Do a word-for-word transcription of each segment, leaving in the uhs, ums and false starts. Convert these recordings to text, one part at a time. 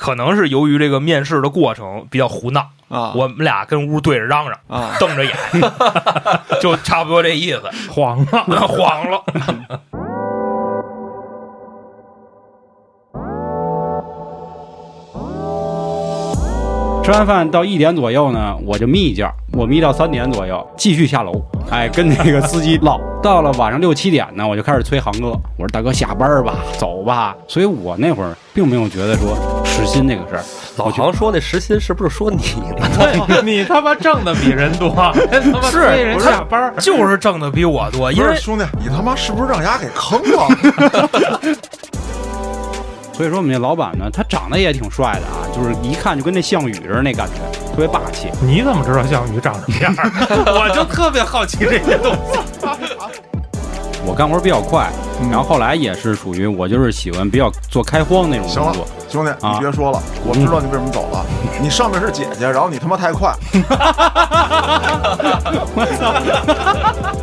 可能是由于这个面试的过程比较胡闹啊，我们俩跟屋对着嚷嚷啊，瞪着眼，就差不多这意思， 慌了， 慌了。 吃完饭到一点左右呢，我就眯一觉，我眯到三点左右，继续下楼，哎，跟那个司机唠。到了晚上六七点呢，我就开始催航哥，我说大哥下班吧，走吧。所以我那会儿并没有觉得说时薪这个事儿。 老航说那时薪是不是说你呢？ 对，你他妈挣的比人多，人他妈催人下班， 就是挣的比我多。因为兄弟，你他妈是不是让丫给坑了？ 所以说我们那老板呢，他长得也挺帅的啊，就是一看就跟那项羽似的那感觉，特别霸气。 你怎么知道项羽长什么样？我就特别好奇这些东西。 我干活比较快，然后后来也是属于我就是喜欢比较做开荒那种工作。 行了，兄弟，你别说了，我知道你为什么走了。你上面是姐姐，然后你他妈太快。 我操！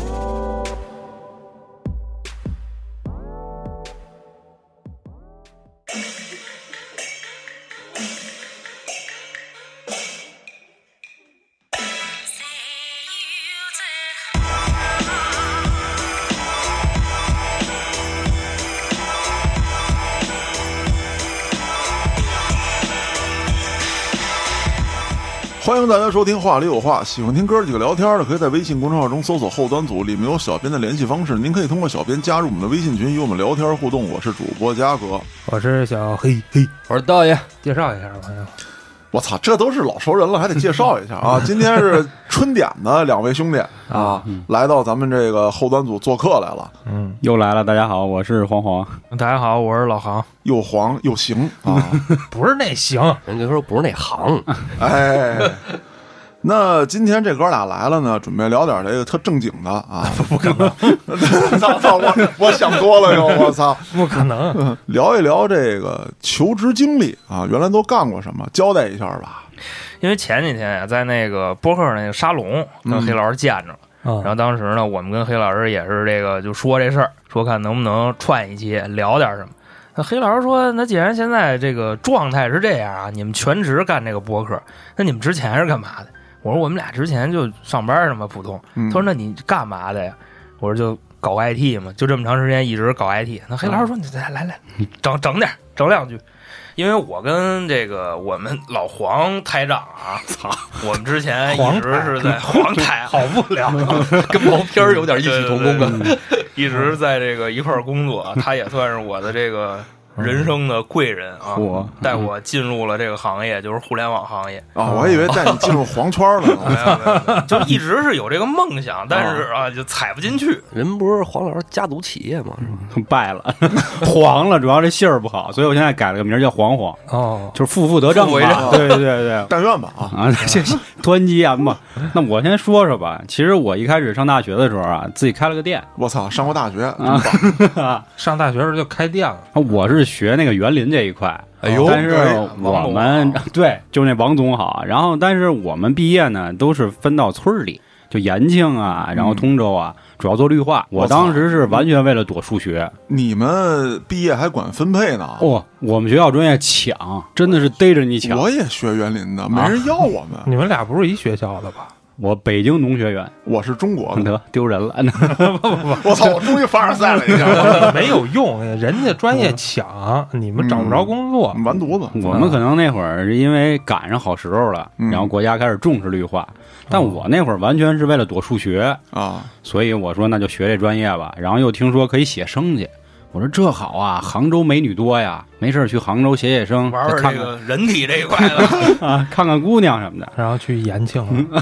欢迎大家收听话里有话，喜欢听哥几个聊天的可以在微信公众号中搜索后端组，里面有小编的联系方式，您可以通过小编加入我们的微信群与我们聊天互动。我是主播嘉哥， 我是小黑黑， 我是道爷， 介绍一下吧。 我操，这都是老熟人了，还得介绍一下啊！今天是春点的两位兄弟啊，嗯、来到咱们这个后端组做客来了。 嗯，又来了，大家好，我是黄黄。 大家好，我是老航。 又黄又行啊， 不是那行， 人家说不是那行。 哎，那今天这哥俩来了呢，准备聊点这个特正经的啊， 不可能！ 操操，我我想多了又，我操， 不可能！ 聊一聊这个求职经历啊，原来都干过什么？交代一下吧。 因为前几天呀，在那个播客那个沙龙跟黑老师见着了，嗯、然后当时呢，我们跟黑老师也是这个就说这事儿，说看能不能串一期聊点什么。那黑老师说，那既然现在这个状态是这样啊，你们全职干这个播客，那你们之前是干嘛的？我说我们俩之前就上班什么普通。他说那你干嘛的呀？我说就搞 I T 嘛，就这么长时间一直搞 I T。那黑老师说你来来来，整整点整两句。因为我跟这个我们老黄台长啊，操，我们之前一直是在黄台， 好无聊， 跟毛片有点异曲同工的， 一直在这个一块儿工作，他也算是我的这个人生的贵人啊， 我带我进入了这个行业，就是互联网行业啊，我还以为带你进入黄圈了呢， 没有没有，就一直是有这个梦想，但是啊，就踩不进去。 人不是黄老师家族企业吗？ 败了，黄了，主要这姓儿不好，所以我现在改了个名叫黄黄，哦，就是负负得正吧，对对对， 但愿吧啊啊，谢谢，团结言吧。那我先说说吧，其实我一开始上大学的时候啊，自己开了个店。 我操，上过大学啊， 上大学的时候就开店了。 我是学那个园林这一块， 哎呦， 但是我们对，就那王总好。然后，但是我们毕业呢，都是分到村里，就延庆啊，然后通州啊，嗯、主要做绿化。我当时是完全为了躲数学。 你们毕业还管分配呢？ 哦，我们学校专业抢，真的是逮着你抢。 我也学园林的，没人要我们。 你们俩不是一学校的吧？ 我北京农学院， 我是中国的， 得丢人了。 不不不， 我操！我终于凡尔赛了一下， 没有用，人家专业抢，你们找不着工作， 嗯、完犊子。 我们可能那会儿是因为赶上好时候了，嗯、然后国家开始重视绿化，但我那会儿完全是为了躲数学啊，所以我说那就学这专业吧。然后又听说可以写生去。我说这好啊，杭州美女多呀，没事去杭州写写生， 玩玩这个人体这一块的啊，看看姑娘什么的， 然后去延庆了，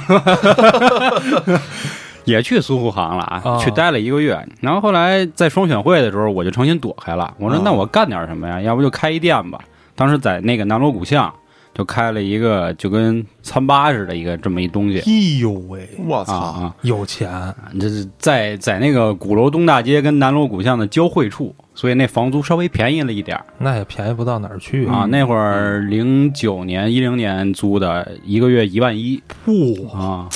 也去苏沪杭了啊，哦、去待了一个月。然后后来在双选会的时候，我就诚心躲开了。我说、哦、那我干点什么呀？要不就开一店吧。当时在那个南锣鼓巷就开了一个就跟餐吧似的一个这么一东西。 哎呦喂， 我操、 啊， 有钱！ 这是在在那个鼓楼东大街跟南锣鼓巷的交汇处。所以那房租稍微便宜了一点， 那也便宜不到哪儿去啊！那会儿零九年、一零年租的，一个月一万一， 哇、 啊！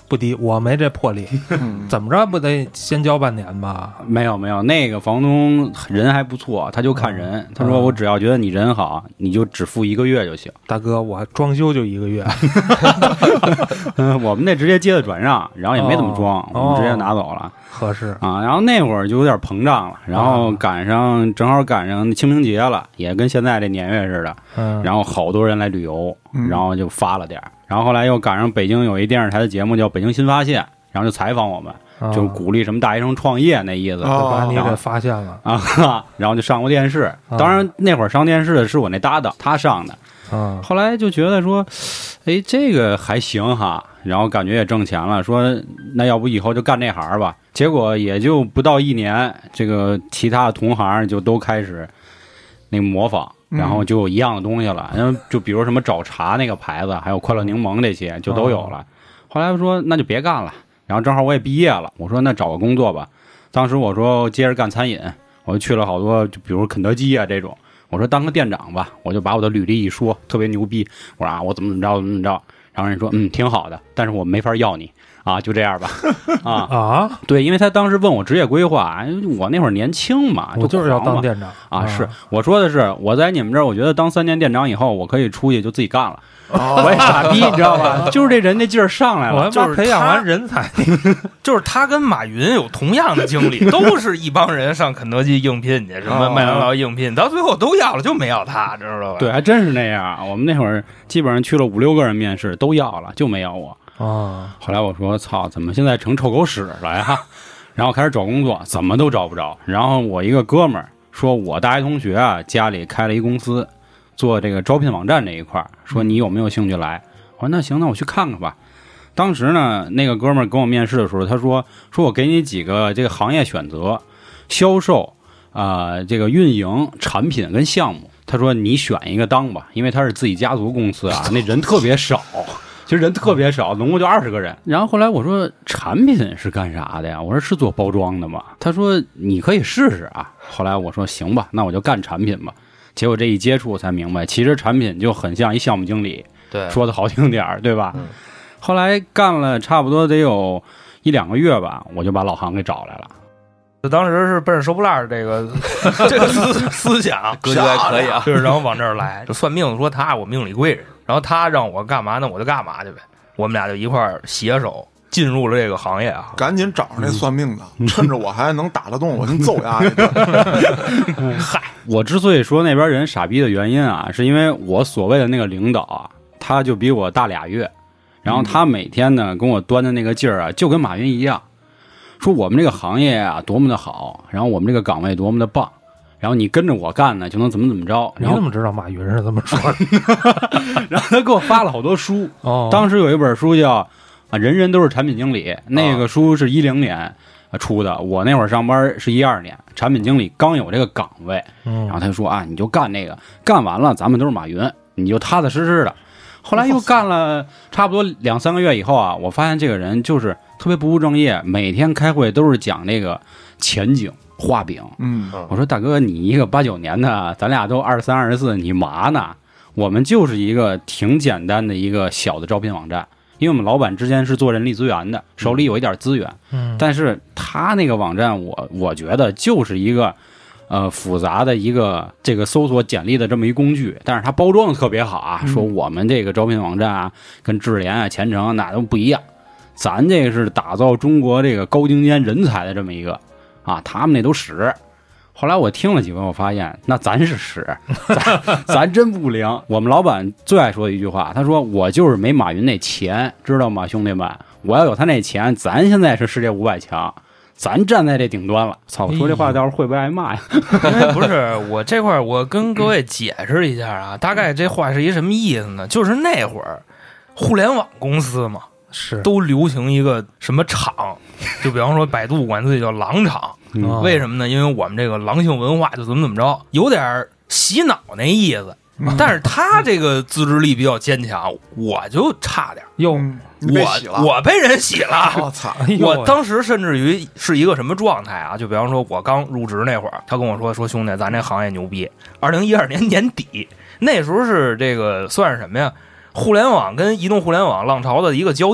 不低，我没这魄力，怎么着不得先交半年吧？ 没有没有，那个房东人还不错，他就看人，他说我只要觉得你人好，你就只付一个月就行。 大哥，我装修就一个月， 嗯，我们那直接接的转让，然后也没怎么装， 哦、 我们直接拿走了， 合适啊。然后那会儿就有点膨胀了，然后赶上正好赶上清明节了，也跟现在这年月似的， 嗯， 然后好多人来旅游，然后就发了点儿。然后后来又赶上北京有一电视台的节目叫《北京新发现》，然后就采访我们， 哦、 就鼓励什么大学生创业那意思， 就把你给发现了啊，然后就上过电视。当然那会儿上电视的是我那搭档，他上的。 嗯， 后来就觉得说，哎，这个还行哈，然后感觉也挣钱了，说那要不以后就干这行吧。结果也就不到一年，这个其他的同行就都开始那个模仿。然后就有一样的东西了，然后就比如什么找茬那个牌子，还有快乐柠檬这些就都有了。后来我说那就别干了，然后正好我也毕业了，我说那找个工作吧。当时我说接着干餐饮，我就去了好多，就比如肯德基啊这种。我说当个店长吧，我就把我的履历一说，特别牛逼。我说啊，我怎么怎么着怎么怎么着，然后人说嗯挺好的，但是我没法要你。啊，就这样吧，啊啊， 对，因为他当时问我职业规划，我那会儿年轻嘛， 我就是要当店长啊。是，我说的是我在你们这儿，我觉得当三年店长以后，我可以出去就自己干了。哦、我也傻逼，你知道吧？就是这人那劲儿上来了， 我就是培养完人才， 就是他跟马云有同样的经历，都是一帮人上肯德基应聘去，什么麦当劳应聘，到最后都要了，就没要他，知道吧？ 对，还真是那样。我们那会儿基本上去了五六个人面试，都要了，就没要我。 哦， 后来我说操，怎么现在成臭狗屎了呀？然后开始找工作，怎么都找不着。然后我一个哥们儿说，我大学同学啊，家里开了一公司，做这个招聘网站这一块，说你有没有兴趣来？我说那行，那我去看看吧。当时呢，那个哥们儿跟我面试的时候，他说说我给你几个这个行业选择，销售啊、呃，这个运营、产品跟项目。他说你选一个当吧，因为他是自己家族公司啊，那人特别少。其实人特别少，总共就二十个人。然后后来我说产品是干啥的呀？我说是做包装的嘛。他说你可以试试啊。后来我说行吧，那我就干产品吧。结果这一接触我才明白，其实产品就很像一项目经理， 对， 说的好听点儿，对吧？ 嗯、 后来干了差不多得有一两个月吧，我就把老杭给找来了。 当时是奔着收破烂这个这个思思想， 格局还可以啊， 就是然后往这儿来，就算命说他我命里贵人。然后他让我干嘛呢，我就干嘛去呗。我们俩就一块儿携手进入了这个行业啊。 赶紧找上那算命的，嗯、趁着我还能打得动，我先揍他一顿。 嗨，我之所以说那边人傻逼的原因啊，是因为我所谓的那个领导啊，他就比我大俩月，然后他每天呢跟我端的那个劲儿啊，就跟马云一样，说我们这个行业啊多么的好，然后我们这个岗位多么的棒。然后你跟着我干呢，就能怎么怎么着。 你怎么知道马云是这么说的？ 然后他给我发了好多书。 哦， 当时有一本书叫《啊人人都是产品经理》，那个书是一零年出的。我那会儿上班是一二年，产品经理刚有这个岗位。 嗯， 然后他就说啊，你就干那个，干完了咱们都是马云，你就踏踏实实的。后来又干了差不多两三个月以后啊，我发现这个人就是特别不务正业，每天开会都是讲那个前景。画饼， 嗯， 我说大哥，你一个八九年的，咱俩都二十三、二十四，你嘛呢？我们就是一个挺简单的一个小的招聘网站，因为我们老板之前是做人力资源的，手里有一点资源， 嗯， 但是他那个网站我，我我觉得就是一个呃复杂的一个这个搜索简历的这么一工具，但是他包装的特别好啊，说我们这个招聘网站啊，跟智联啊、前程那都不一样，咱这个是打造中国这个高精尖人才的这么一个。啊，他们那都屎。后来我听了几回，我发现那咱是屎，咱咱真不灵。我们老板最爱说的一句话，他说我就是没马云那钱，知道吗，兄弟们？我要有他那钱，咱现在是世界五百强，咱站在这顶端了。操，我说这话到时候会不会挨骂呀？ 因为不是我这块，我跟各位解释一下啊，大概这话是一什么意思呢？就是那会儿互联网公司嘛。 是都流行一个什么厂，就比方说百度管自己叫狼厂， 嗯、 为什么呢？因为我们这个狼性文化就怎么怎么着，有点洗脑那意思。嗯、但是他这个自制力比较坚强，我就差点。 哟、 嗯， 我我被人洗了， 我操！ 我当时甚至于是一个什么状态啊？就比方说，我刚入职那会儿，他跟我说说兄弟，咱这行业牛逼。二零一二年年底，那时候是这个算是什么呀？互联网跟移动互联网浪潮的一个交界，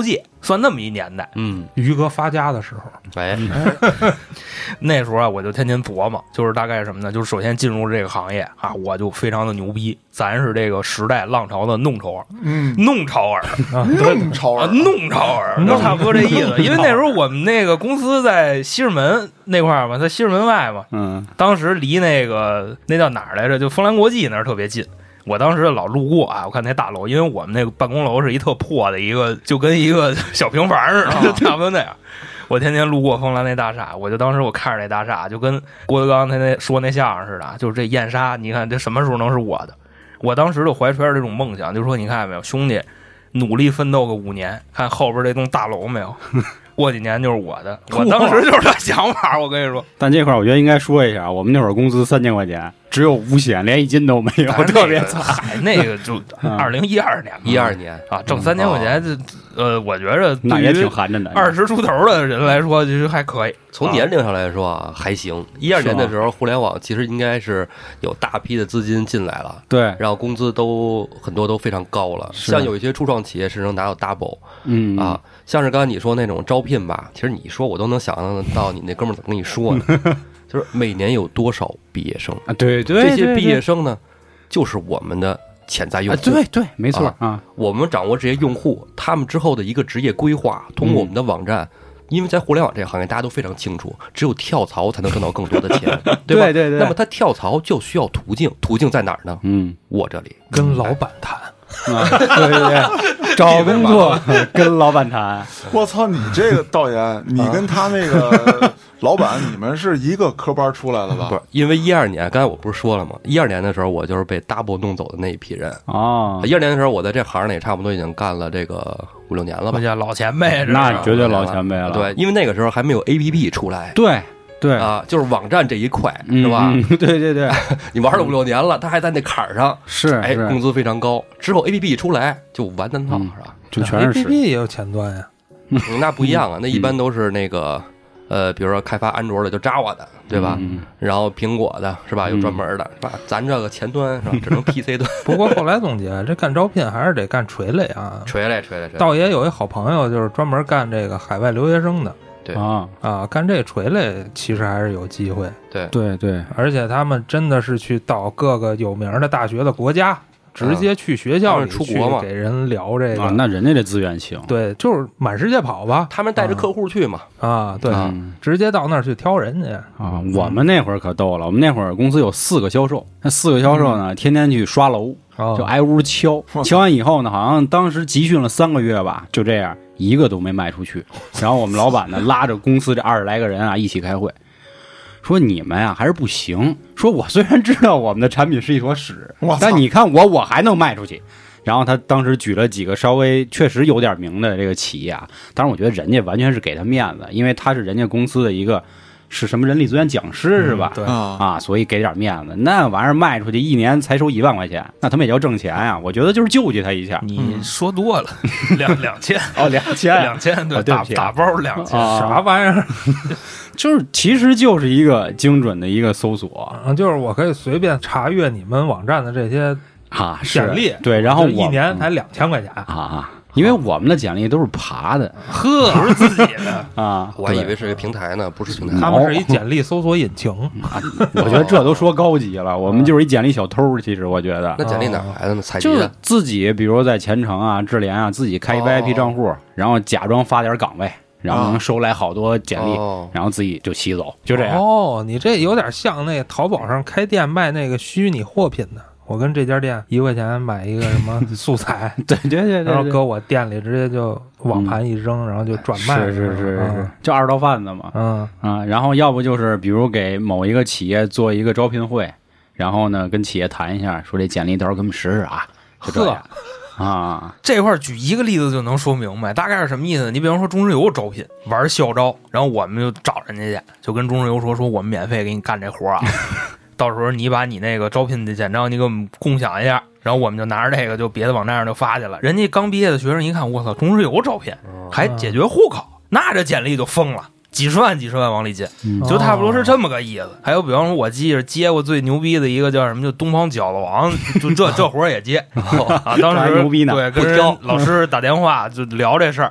算那么一年代。 嗯， 于哥发家的时候， 哎， 那时候啊，我就天天琢磨，就是大概什么呢？就是首先进入这个行业啊，我就非常的牛逼，咱是这个时代浪潮的弄潮儿， 嗯， 弄潮儿弄潮啊， 儿， 弄潮儿，都差不多这意思。因为那时候我们那个公司在西直门那块儿嘛，在西直门外嘛， 嗯， 当时离那个那叫哪儿来着？就丰兰国际那儿特别近。我当时老路过啊，我看那大楼，因为我们那个办公楼是一特破的一个，就跟一个小平房似的，就差不多那样。我天天路过丰兰那大厦，我就当时我看着那大厦，就跟郭德纲他那说那相声似的，就是这燕莎，你看这什么时候能是我的？我当时就怀揣着这种梦想，就说你看没有，兄弟，努力奋斗个五年，看后边这栋大楼没有？过几年就是我的。我当时就是这想法，我跟你说。 但这块儿我觉得应该说一下，我们那会儿工资三千块钱，只有五险，连一金都没有，特别惨。 嗨，那个就二零一二年嘛， 一二年啊，挣三千块钱，这呃，我觉着那也挺寒碜的。 二十出头的人来说，其实还可以。 从年龄上来说啊，还行。一二年的时候，互联网其实应该是有大批的资金进来了， 对， 然后工资都很多都非常高了。像有一些初创企业是能拿到 double， 嗯啊，像是刚才你说那种招聘吧，其实你说我都能想象到你那哥们儿怎么跟你说呢？就是每年有多少毕业生啊？对对， 这些毕业生呢，就是我们的潜在用户。 对对，没错啊。 我们掌握这些用户，他们之后的一个职业规划，通过我们的网站。因为在互联网这个行业，大家都非常清楚，只有跳槽才能挣到更多的钱，对吧？ 对对对。 那么他跳槽就需要途径，途径在哪儿呢？ 嗯， 我这里跟老板谈。 啊，对对对，找工作跟老板谈。 我操，你这个导演，你跟他那个老板，你们是一个科班出来的吧？ 不是，因为一二年，刚才我不是说了吗？一二年的时候，我就是被 double 弄走的那一批人。 哦， 一二年的时候，我在这行里差不多已经干了这个五六年了吧？ 老前辈， 那绝对老前辈了。 对，因为那个时候还没有 A P P 出来。 对。对啊，就是网站这一块，是吧？ 嗯、对对对， 你玩了五六年了，他还在那坎儿上， 是哎，工资非常高。之后 A P P 一出来就完蛋套， 嗯、 是吧？ 就全是 A P P 也有前端呀、 嗯，那不一样啊，那一般都是那个呃，比如说开发安卓的就 Java 的，对吧？ 嗯、 然后苹果的是吧？有专门的，是吧？咱这个前端是吧？只能 P C 端。 不过后来总结，这干招聘还是得干垂类啊， 垂类垂类垂类。 道爷有一好朋友，就是专门干这个海外留学生的。 对啊啊，干这垂类其实还是有机会。 对对对， 而且他们真的是去到各个有名的大学的国家，直接去学校里出国嘛， 给人聊这个。 啊，那人家这资源行。 对，就是满世界跑吧。 他们带着客户去嘛。 啊，对， 嗯、 直接到那儿去挑人去啊。我们那会儿可逗了，我们那会儿公司有四个销售，那四个销售呢，天天去刷楼。就挨屋敲，敲完以后呢，好像当时集训了三个月吧，就这样一个都没卖出去。然后我们老板呢，拉着公司这二十来个人啊一起开会，说你们呀、啊、还是不行。说我虽然知道我们的产品是一坨屎，但你看我我还能卖出去。然后他当时举了几个稍微确实有点名的这个企业啊，当然我觉得人家完全是给他面子，因为他是人家公司的一个。是什么人力资源讲师是吧？ 嗯、对啊，所以给点面子。那玩意儿卖出去一年才收一万块钱，那他们也要挣钱呀。我觉得就是救济他一下。 你说多了，两两千哦，两千两千对，打打包两千， 啊、 啥玩意儿？ 就是其实就是一个精准的一个搜索， 嗯，就是我可以随便查阅你们网站的这些啊简历， 对，然后一年才两千块钱啊。因为我们的简历都是爬的， 呵， 不是自己的啊！ 我还以为是一个平台呢，不是平台。 他们是一简历搜索引擎， 啊、我觉得这都说高级了。我们就是一简历小偷，其实我觉得。 那简历哪来的呢？采集的，就是自己，比如在前程啊、智联啊，自己开一 V I P 账户，哦、然后假装发点岗位，然后能收来好多简历，哦、然后自己就洗走，就这样。 哦，你这有点像那淘宝上开店卖那个虚拟货品的。我跟这家店一块钱买一个什么素材， 对对对， 然后搁我店里直接就网盘一扔，嗯、然后就转卖， 是是是是， 嗯、 就二道贩子嘛， 嗯啊，然后要不就是比如给某一个企业做一个招聘会，然后呢跟企业谈一下，说这简历到时候给我们试试啊，就这样啊。 这块举一个例子就能说明白，大概是什么意思？你比方说中石油招聘玩校招，然后我们就找人家去，就跟中石油说说我们免费给你干这活啊。到时候你把你那个招聘的简章你给我们共享一下，然后我们就拿着这个就别的网站上就发去了。人家刚毕业的学生一看，我操，中石油招聘还解决户口，那这简历就疯了，几十万几十万往里进，就差不多是这么个意思。还有比方说我记着接过最牛逼的一个叫什么，就东方饺子王，就这这活也接啊。当时对跟人老师打电话就聊这事儿。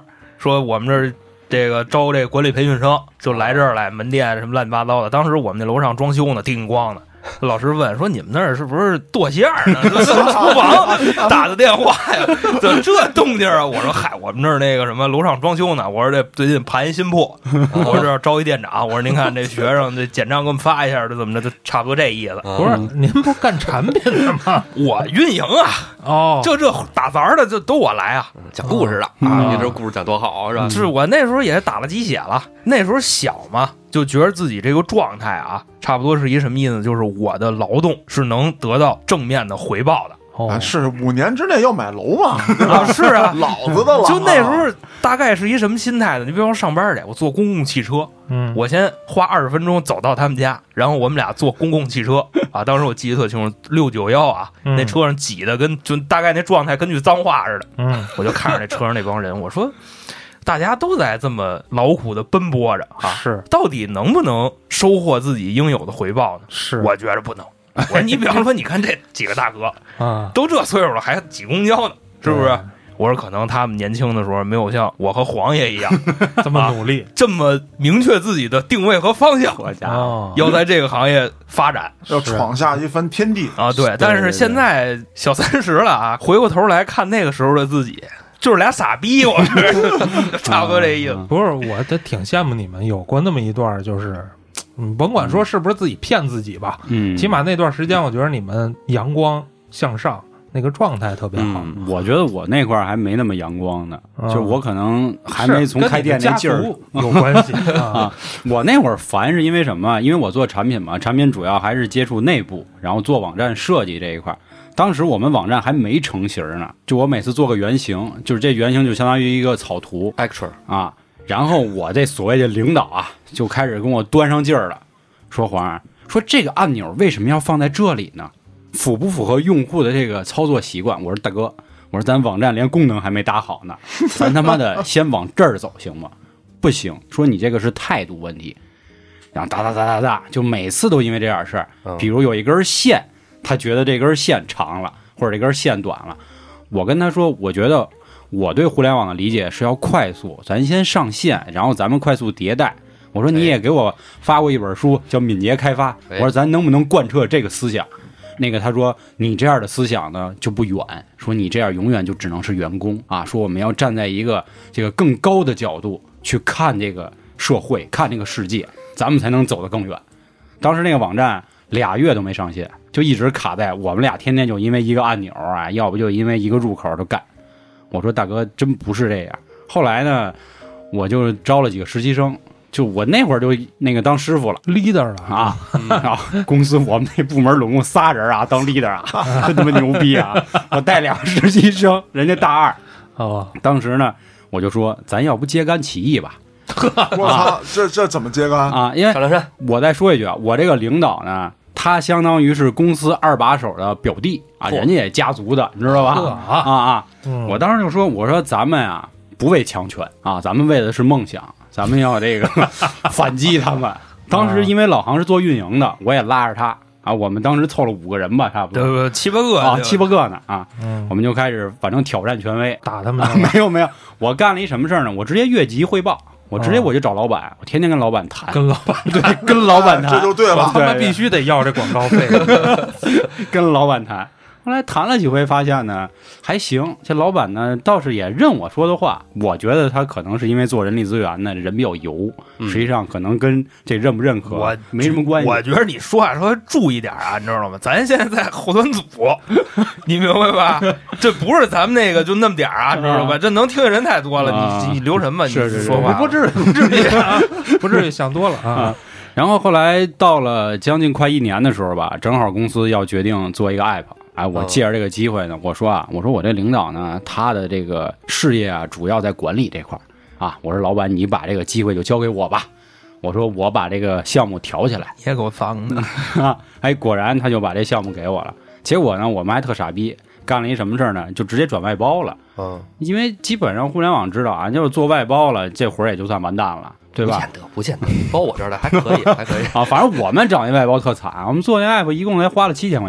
说我们这儿这个招这个管理培训生，就来这儿来门店什么乱七八糟的。当时我们那楼上装修呢，叮咣的。老师问说：“你们那儿是不是剁馅儿呢？这厨房打的电话呀？怎么这动静啊？”我说：“嗨，我们这儿那个什么楼上装修呢。我说这最近盘一新铺，我说这招一店长。我说您看这学生这简章给我们发一下，这怎么着？就差不多这意思。 不是您不干产品的吗？ 我运营啊， 哦， 这这打杂的就都我来啊， 讲故事的啊，你这故事讲多好是吧？ 是我那时候也打了鸡血了，那时候小嘛。”就觉得自己这个状态啊，差不多是一什么意思？就是我的劳动是能得到正面的回报的。 哦， 啊、是五年之内要买楼嘛？ 啊，是啊， 老子的了。 就那时候大概是一什么心态呢？你比方说上班去，我坐公共汽车， 嗯， 我先花二十分钟走到他们家，然后我们俩坐公共汽车啊。当时我记得特清楚，六九幺啊， 嗯、 那车上挤的跟就大概那状态跟句脏话似的。 嗯， 我就看着那车上那帮人，我说。大家都在这么劳苦的奔波着啊， 是到底能不能收获自己应有的回报呢？ 是， 我觉得不能。我说你比方说，你看这几个大哥啊， 都这岁数了还挤公交呢，是不是？我说可能他们年轻的时候没有像我和黄爷一样这么努力、 啊，这么明确自己的定位和方向。 我家哦， 要在这个行业发展， 要闯下一番天地啊！对，但是现在小三十了啊，回过头来看那个时候的自己。就是俩傻逼，我觉得差不多这意思。 不是，我这挺羡慕你们有过那么一段，就是你甭管说是不是自己骗自己吧， 嗯， 起码那段时间，我觉得你们阳光向上，那个状态特别好。 嗯、我觉得我那块儿还没那么阳光呢， 嗯、 就是我可能还没从开店那劲儿有关系啊, 啊。我那会儿烦是因为什么？因为我做产品嘛，产品主要还是接触内部，然后做网站设计这一块。当时我们网站还没成型呢，就我每次做个原型，就是这原型就相当于一个草图 ，actual 啊。然后我这所谓的领导啊，就开始跟我端上劲儿了，说黄儿，说这个按钮为什么要放在这里呢？符不符合用户的这个操作习惯？我说大哥，我说咱网站连功能还没打好呢，咱他妈的先往这儿走行吗？不行，说你这个是态度问题。然后哒哒哒哒哒，就每次都因为这点事儿，比如有一根线。他觉得这根线长了，或者这根线短了，我跟他说，我觉得我对互联网的理解是要快速，咱先上线，然后咱们快速迭代。我说你也给我发过一本书叫《敏捷开发》，我说咱能不能贯彻这个思想？那个他说你这样的思想呢就不远，说你这样永远就只能是员工啊，说我们要站在一个这个更高的角度去看这个社会，看这个世界，咱们才能走得更远。当时那个网站俩月都没上线，就一直卡在我们俩天天就因为一个按钮啊，要不就因为一个入口就干。我说大哥真不是这样。后来呢，我就招了几个实习生，就我那会儿就那个当师傅了 ，leader 了啊。啊，公司我们那部门总共仨人啊，当 leader 啊，真他妈牛逼啊！我带两个实习生，人家大二。 哦， 当时呢，我就说咱要不揭竿起义吧。 我操，这这怎么揭竿啊？因为上梁山， 我再说一句啊，我这个领导呢，他相当于是公司二把手的表弟啊，人家也家族的，你知道吧？啊啊！嗯、我当时就说，我说咱们啊不为强权啊，咱们为的是梦想，咱们要这个反击他们。当时因为老杭是做运营的，我也拉着他啊，我们当时凑了五个人吧，差不多， 对七八个啊，七八个呢啊， 嗯、 我们就开始反正挑战权威， 打他们、 啊。没有没有，我干了一什么事儿呢？我直接越级汇报。我直接我就找老板，我天天跟老板谈， 跟老板对，跟老板谈， 这就对了， 他们必须得要这广告费， 跟老板谈。后来谈了几回，发现呢还行，这老板呢倒是也认我说的话。我觉得他可能是因为做人力资源呢，人比较油， 嗯、 实际上可能跟这认不认可我没什么关系。 我觉得你说话说注意点啊，你知道吗？咱现在在后端组，你明白吧？这不是咱们那个就那么点啊，你知道吧？这能听的人太多了， 啊、 你你留什么？ 是是你说话不至于，不至于，啊、不至于想多了啊。 啊然后后来到了将近快一年的时候吧，正好公司要决定做一个 app。哎，我借着这个机会呢，我说啊，我说我这领导呢，他的这个事业啊，主要在管理这块啊。我说老板，你把这个机会就交给我吧。我说我把这个项目挑起来， 也够脏的啊！哎，果然他就把这项目给我了。结果呢，我们还特傻逼，干了一什么事儿呢？就直接转外包了。 嗯， 因为基本上互联网知道啊，就是做外包了，这活儿也就算完蛋了。对吧？ 不见得，不见得，包我这儿的还可以，还可以啊。反正我们找那外包特惨，我们做那 app 一共才花了七千块钱。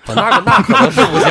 那个那可能是不行，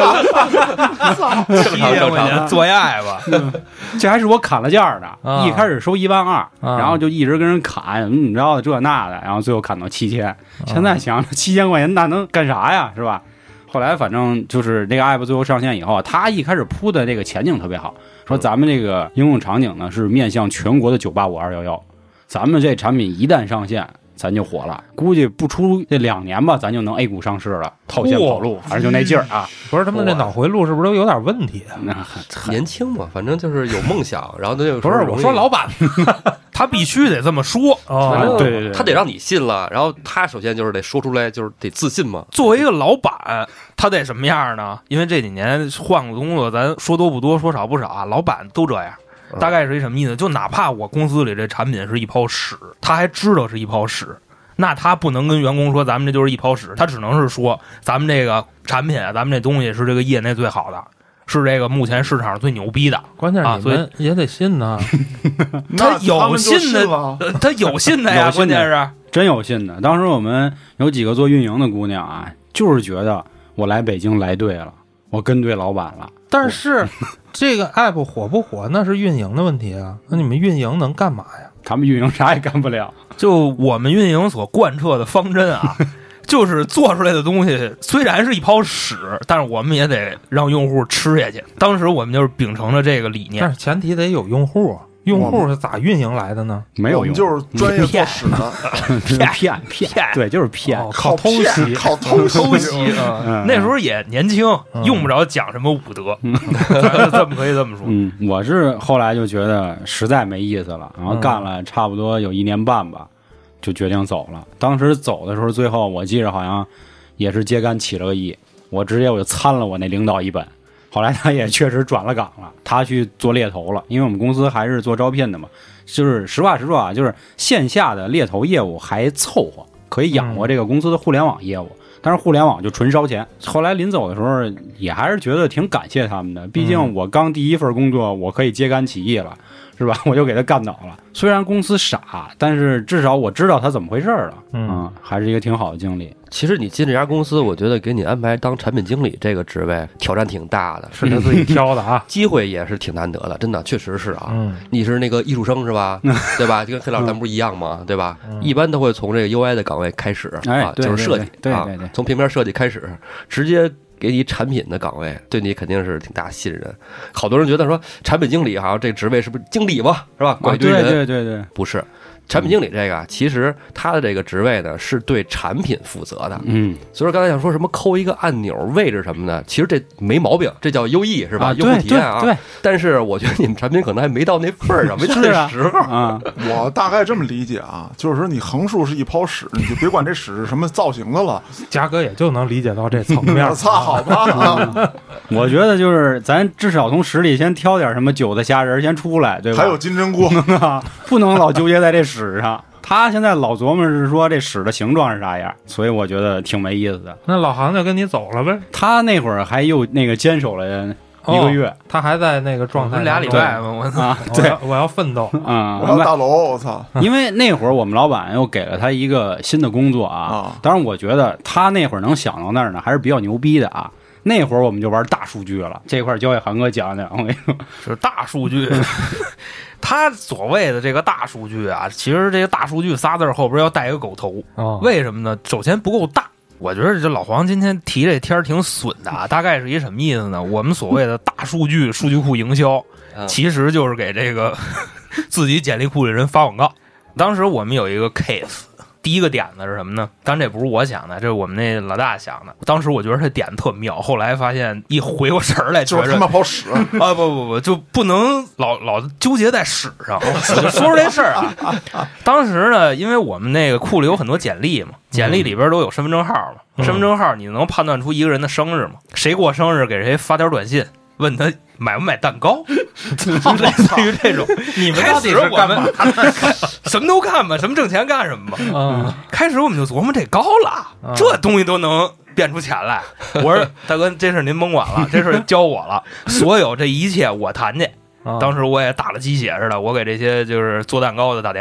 正常正常做一爱吧。 这还是我砍了价的， 啊一开始收一万二， 啊然后就一直跟人砍，怎么怎么着的这那的，然后最后砍到七千。现在想七千块钱那能干啥呀，是吧？后来反正就是这个 app 最后上线以后，它一开始铺的这个前景特别好，说咱们这个应用场景呢是面向全国的九八五二一一，咱们这产品一旦上线，咱就火了。估计不出这两年吧，咱就能 A 股上市了，套现跑路，反正就那劲儿啊。 不是他们这脑回路是不是都有点问题啊？ 那年轻嘛，反正就是有梦想，然后他就不是我说老板， 他必须得这么说。 哦反正对对对他得让你信了，然后他首先就是得说出来，就是得自信嘛。 作为一个老板，他得什么样呢？因为这几年换过工作，咱说多不多，说少不少啊，老板都这样。大概是一什么意思？就哪怕我公司里这产品是一泡屎，他还知道是一泡屎，那他不能跟员工说咱们这就是一泡屎，他只能是说咱们这个产品啊，咱们这东西是这个业内最好的，是这个目前市场上最牛逼的。 关键是你们也得信呢。 他有信的， 了， 呃他有信的呀， 有信的关键是真有信的。当时我们有几个做运营的姑娘啊，就是觉得我来北京来对了，我跟对老板了。 但是这个 app 火不火，那是运营的问题啊。那你们运营能干嘛呀？ 他们运营啥也干不了。 就我们运营所贯彻的方针啊，就是做出来的东西虽然是一泡屎，但是我们也得让用户吃下去。当时我们就是秉承着这个理念但，是前提得有用户，用户是咋运营来的呢？ 没有用， 我们就是专业做屎的， 骗骗骗，对，就是骗。 哦，靠偷骗袭， 靠偷偷袭啊！ 嗯那时候也年轻， 嗯用不着讲什么武德，咱就这么可以这么说。 嗯，我是后来就觉得实在没意思了，然后嗯干了差不多有一年半吧，就决定走了。当时走的时候，最后我记着好像也是揭竿起了个义，我直接我就参了我那领导一本。后来他也确实转了岗了，他去做猎头了，因为我们公司还是做招聘的嘛。就是实话实说啊，就是线下的猎头业务还凑合，可以养活这个公司的互联网业务。但是互联网就纯烧钱。后来临走的时候，也还是觉得挺感谢他们的，毕竟我刚第一份工作，我可以揭竿起义了，是吧？我就给他干倒了。虽然公司傻，但是至少我知道他怎么回事了，嗯，还是一个挺好的经历。 其实你进这家公司，我觉得给你安排当产品经理这个职位，挑战挺大的， 是他自己挑的啊， 机会也是挺难得的，真的，确实是啊。 嗯， 你是那个艺术生是吧？对吧？就跟黑老师咱不是一样吗？对吧？ 嗯一般都会从这个 U I 的岗位开始啊， 哎对就是设计，啊对对对对从平面设计开始，直接给你产品的岗位，对你肯定是挺大信任。好多人觉得说产品经理好像这职位是不是经理嘛，是吧？管一堆人， 啊对对对对， 不是。产品经理这个啊，其实他的这个职位呢是对产品负责的， 嗯， 所以说刚才想说什么抠一个按钮位置什么的，其实这没毛病，这叫 U E 是吧？ 啊用户体验啊。 对对对但是我觉得你们产品可能还没到那份儿上，没到是啊那时候。 啊， 我大概这么理解啊，就是说你横竖是一泡屎，你就别管这屎是什么造型的了。 嘉哥也就能理解到这层面我。操，好吧。 我觉得就是咱至少从屎里先挑点什么韭菜虾仁先出来，对吧？ 还有金针菇， 不能老纠结在这屎上。他现在老琢磨是说这屎的形状是啥样，所以我觉得挺没意思的。 那老韩就跟你走了呗， 他那会儿还又那个坚守了一个月， 哦他还在那个状态， 俩礼拜嘛，我操！ 啊， 我对要我要奋斗。 啊， 我要大楼，我操因为那会儿我们老板又给了他一个新的工作啊啊。 当然，我觉得他那会儿能想到那儿呢，还是比较牛逼的啊。那会儿我们就玩大数据了，这块儿交给韩哥讲讲。我跟你说， 是大数据。他所谓的这个大数据啊，其实这个大数据仨字儿后边要带一个狗头， 哦， 为什么呢？首先不够大。我觉得这老黄今天提这天儿挺损的啊，大概是一什么意思呢？我们所谓的大数据数据库营销， 嗯其实就是给这个自己简历库里人发广告。当时我们有一个 case， 第一个点子是什么呢？当然这不是我想的，这是我们那老大想的。当时我觉得这点子特妙，后来发现一回过神儿来， 就是他妈泡屎。 啊不不不，就不能老老纠结在屎上。我就说说这事儿啊，当时呢，因为我们那个库里有很多简历嘛，简历里边都有身份证号嘛， 嗯身份证号你能判断出一个人的生日吗？谁过生日给谁发条短信，问他买不买蛋糕，类似于这种。 你们开到底是干始我们嘛？ 什么都干吧，什么挣钱干什么吧。 嗯， 开始我们就琢磨这高了， 嗯这东西都能变出钱来。我说大哥，这事您甭管了，这事交我了，所有这一切我谈去。 啊当时我也打了鸡血似的，我给这些就是做蛋糕的打电话，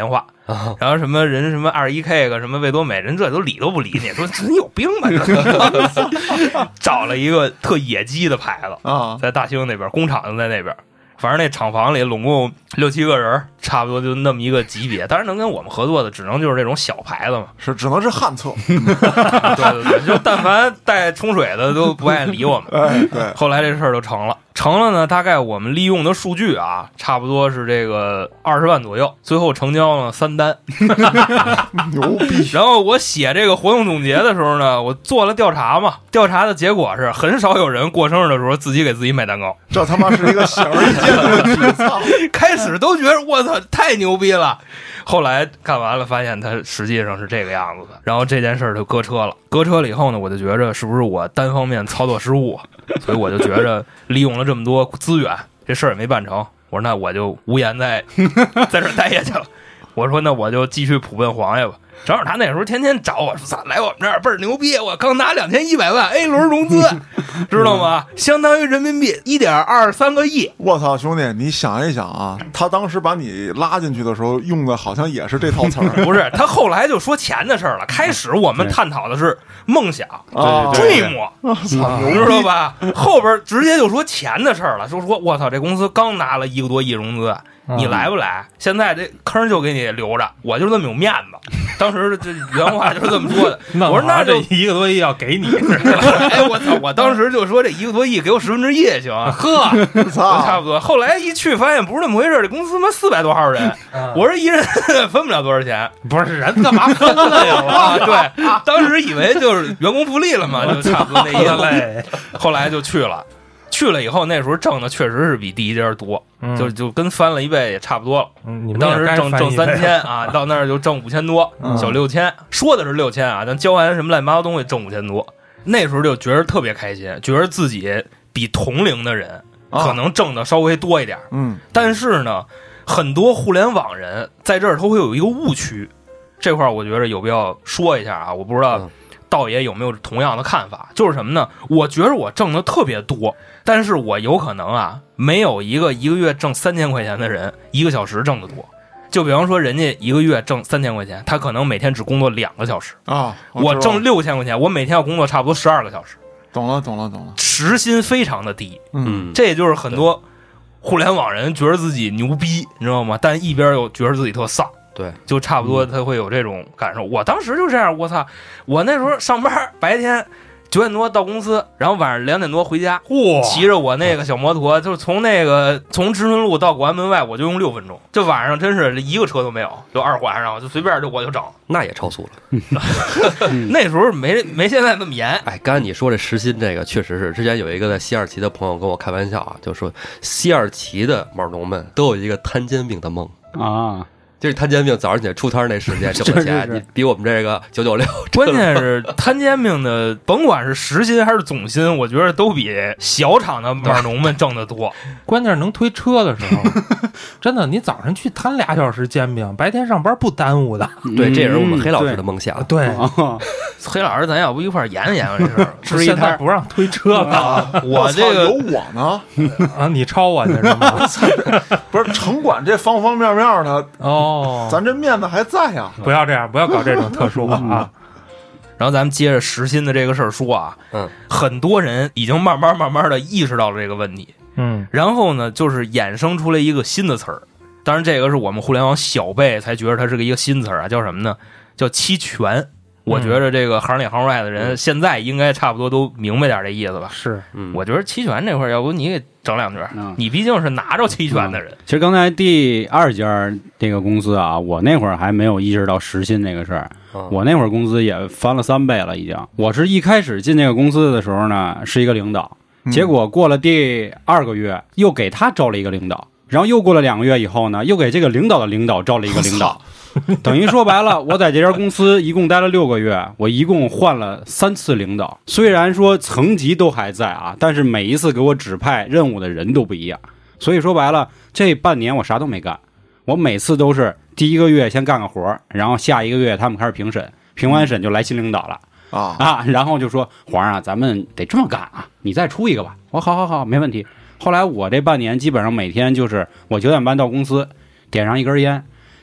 然后什么人什么二一 K 个什么魏多美人这都理都不理你，说你有病吧？找了一个特野鸡的牌子啊， 在大兴那边，工厂就在那边。反正那厂房里拢共六七个人，差不多就那么一个级别。当然能跟我们合作的，只能就是这种小牌子嘛， 是只能是旱厕。 对对对，就但凡带冲水的都不爱理我们。 哎，对。 后来这事儿就成了，成了呢。大概我们利用的数据啊，差不多是这个二十万左右，最后成交了三单， 牛逼。 然后我写这个活动总结的时候呢，我做了调查嘛，调查的结果是很少有人过生日的时候自己给自己买蛋糕。 这他妈是一个显而易见的问题。 开始都觉得我操太牛逼了，后来看完了发现它实际上是这个样子的，然后这件事儿就搁车了。搁车了以后呢，我就觉着是不是我单方面操作失误，所以我就觉着利用了这么多资源，这事儿也没办成。我说那我就无颜再在这儿待下去了。我说那我就继续普奔黄爷吧。正好他那时候天天找我说：“操，来我们这儿倍儿牛逼！我刚拿两千一百万 A 轮融资，知道吗？相当于人民币一点二三个亿。” 我操，兄弟，你想一想啊，他当时把你拉进去的时候用的好像也是这套词儿。 不是，他后来就说钱的事儿了。开始我们探讨的是梦想、 啊、 dream， 我操，牛逼， 知道吧？后边直接就说钱的事儿了，就说我操，这公司刚拿了一个多亿融资。你来不来？现在这坑就给你留着，我就这么有面子。当时这原话就是这么说的。我说那这一个多亿要给你， 哎我操！我当时就说这一个多亿给我十分之一也行。 呵， 差不多。后来一去发现不是那么回事，这公司他妈四百多号人，我说一人分不了多少钱。 不是人干嘛分了呀？ 啊，对，当时以为就是员工福利了嘛，就差不多那意思。后来就去了。去了以后，那时候挣的确实是比第一家多，嗯、就就跟翻了一倍也差不多了。 嗯、你们当时挣挣三千啊，到那儿就挣五千多， 嗯、 小六千，说的是六千啊，但交完什么乱七八糟东西挣五千多。那时候就觉得特别开心，觉得自己比同龄的人可能挣的稍微多一点。 嗯， 但是呢，很多互联网人在这儿都会有一个误区，这块我觉得有必要说一下啊，我不知道。嗯道爷有没有同样的看法？就是什么呢？我觉得我挣的特别多，但是我有可能啊，没有一个一个月挣三千块钱的人一个小时挣得多。就比方说，人家一个月挣三千块钱，他可能每天只工作两个小时啊。 我, 我挣六千块钱，我每天要工作差不多十二个小时。 懂了，懂了，懂了。 时薪非常的低， 嗯， 这也就是很多互联网人觉得自己牛逼，你知道吗？但一边又觉得自己特丧。 对， 就差不多他会有这种感受。我当时就这样，我操！我那时候上班，白天九点多到公司，然后晚上两点多回家，骑着我那个小摩托，就是从那个从知春路到广安门外，我就用六分钟。就晚上真是一个车都没有，就二环上就随便就我就整， 那也超速了。 那时候没没现在那么严。 哎，刚才你说这时薪这个确实是，之前有一个在西二旗的朋友跟我开玩笑啊，就说西二旗的码农们都有一个摊煎饼的梦啊。 就是摊煎饼，早上起来出摊那时间挣的钱，你比我们这个九九六。 关键是摊煎饼的，甭管是时薪还是总薪，我觉得都比小厂的码农们挣得多。 关键是能推车的时候，真的，你早上去摊俩小时煎饼，白天上班不耽误的。 对，这也是我们黑老师的梦想。 对， 黑老师，咱要不一块儿研究研究这事儿？ 是现在不让推车了， 我这个有我呢啊，你抄我去是吗？ 不是，城管这方方面面的哦。 哦，咱这面子还在呀！ 不要这样，不要搞这种特殊啊！ 然后咱们接着时薪的这个事儿说啊， 嗯， 很多人已经慢慢慢慢的意识到了这个问题， 嗯， 然后呢，就是衍生出来一个新的词儿，当然这个是我们互联网小辈才觉得它是个一个新词儿啊，叫什么呢？叫期权。我觉得这个行里行外的人现在应该差不多都明白点这意思吧？ 是， 嗯，我觉得期权这块儿，要不你给整两句，嗯、你毕竟是拿着期权的人。 嗯、其实刚才第二家这个公司啊，我那会儿还没有意识到时薪这个事儿，嗯、我那会儿工资也翻了三倍了，已经。我是一开始进这个公司的时候呢，是一个领导，结果过了第二个月，又给他招了一个领导，然后又过了两个月以后呢，又给这个领导的领导招了一个领导。等于说白了，我在这家公司一共待了六个月，我一共换了三次领导。虽然说层级都还在啊，但是每一次给我指派任务的人都不一样。所以说白了，这半年我啥都没干，我每次都是第一个月先干个活，然后下一个月他们开始评审，评完审就来新领导了啊啊，然后就说皇上啊，咱们得这么干啊，你再出一个吧。我好好好，没问题。后来我这半年基本上每天就是我九点半到公司，点上一根烟。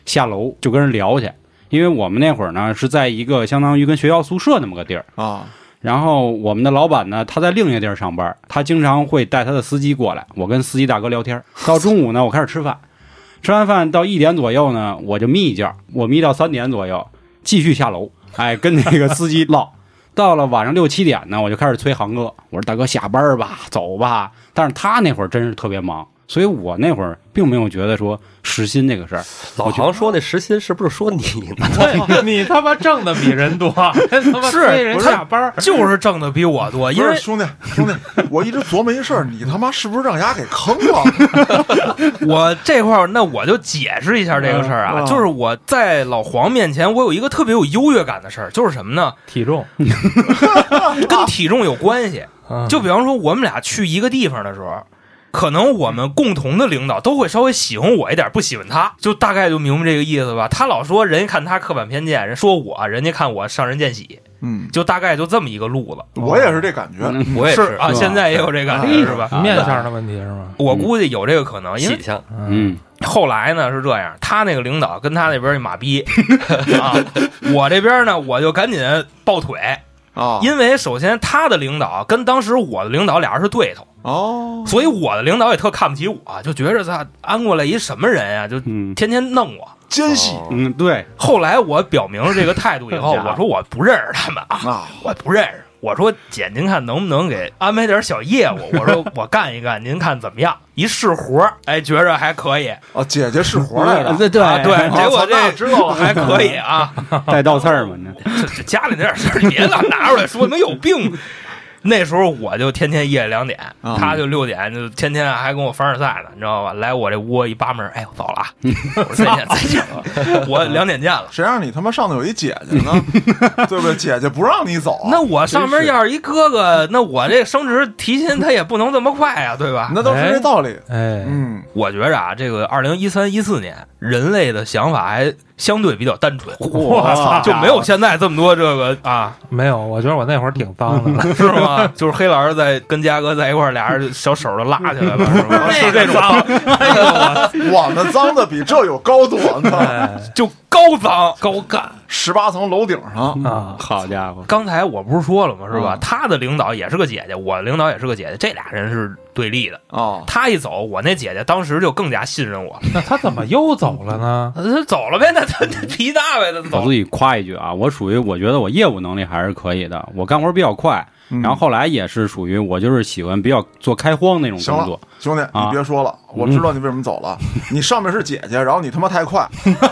下楼就跟人聊去，因为我们那会儿呢是在一个相当于跟学校宿舍那么个地儿啊。 然后我们的老板呢，他在另一个地儿上班，他经常会带他的司机过来，我跟司机大哥聊天。到中午呢，我开始吃饭，吃完饭到一点左右呢，我就眯一觉，我眯到三点左右，继续下楼，哎，跟那个司机唠。到了晚上六七点呢，我就开始催航哥，我说大哥下班吧，走吧。但是他那会儿真是特别忙，所以我那会儿并没有觉得说时薪这个事儿。 老航说那时薪是不是说你呢？ 对，你他妈挣的比人多，人他妈催人下班就是挣的比我多。因为兄弟兄弟，我一直琢磨一事儿，你他妈是不是让丫给坑了？ 我这块儿那我就解释一下这个事儿啊，就是我在老黄面前，我有一个特别有优越感的事儿，就是什么呢？ 体重跟体重有关系。就比方说我们俩去一个地方的时候，可能我们共同的领导都会稍微喜欢我一点，不喜欢他，就大概就明白这个意思吧。他老说人家看他刻板偏见，人说我，人家看我上人见喜， 嗯， 就大概就这么一个路子。 我也是这感觉， 嗯、我也是啊，现在也有这感觉，是吧？ 面相的问题是吗？ 我估计有这个可能，因为嗯， 后来呢是这样，他那个领导跟他那边一马逼啊，我这边呢我就赶紧抱腿。 啊， 因为首先他的领导跟当时我的领导俩人是对头哦， 所以我的领导也特看不起我，就觉着他安过来一什么人呀，就天天弄我奸细。 嗯，对。 后来我表明了这个态度以后，我说我不认识他们啊，我不认识。我说姐，您看能不能给安排点小业务？我说我干一干，您看怎么样？一试活，哎，觉着还可以。 哦，姐姐试活来着， 对对、 啊、对，结果这知道了还可以啊， 带倒刺儿嘛， 这这家里那点事儿，你别老拿出来说，能有病。那时候我就天天夜里两点， 嗯、 他就六点，就天天还跟我凡尔赛呢，你知道吧？来我这屋一扒门，哎，我走了，我说再见再见，我两点见了。 谁让你他妈上头有一姐姐呢？对不对？姐姐不让你走， 那我上面要是一哥哥，那我这升职提薪他也不能这么快啊，对吧？ 那都是这道理。 哎， 嗯， 我觉着啊，这个二零一三一四年人类的想法还相对比较单纯， 我操， 就没有现在这么多这个啊。 没有，我觉得我那会儿挺脏的， 是吗？就是黑老师在跟嘉哥在一块儿，俩人小手就拉起来了，是吧？是这种脏。哎呦， 我们脏的比这有高度呢， 就高脏高干， 十八层楼顶上啊！ 好家伙， 刚才我不是说了吗？是吧？ 嗯、 他的领导也是个姐姐，我的领导也是个姐姐，这俩人是对立的哦。 他一走，我那姐姐当时就更加信任我。 那他怎么又走了呢？ 他走了呗，那他皮大呗，他走。 我自己夸一句啊，我属于我觉得我业务能力还是可以的，我干活比较快。然后后来也是属于我就是喜欢比较做开荒那种工作。 兄弟，你别说了，啊、我知道你为什么走了。嗯、你上面是姐姐，然后你他妈太快。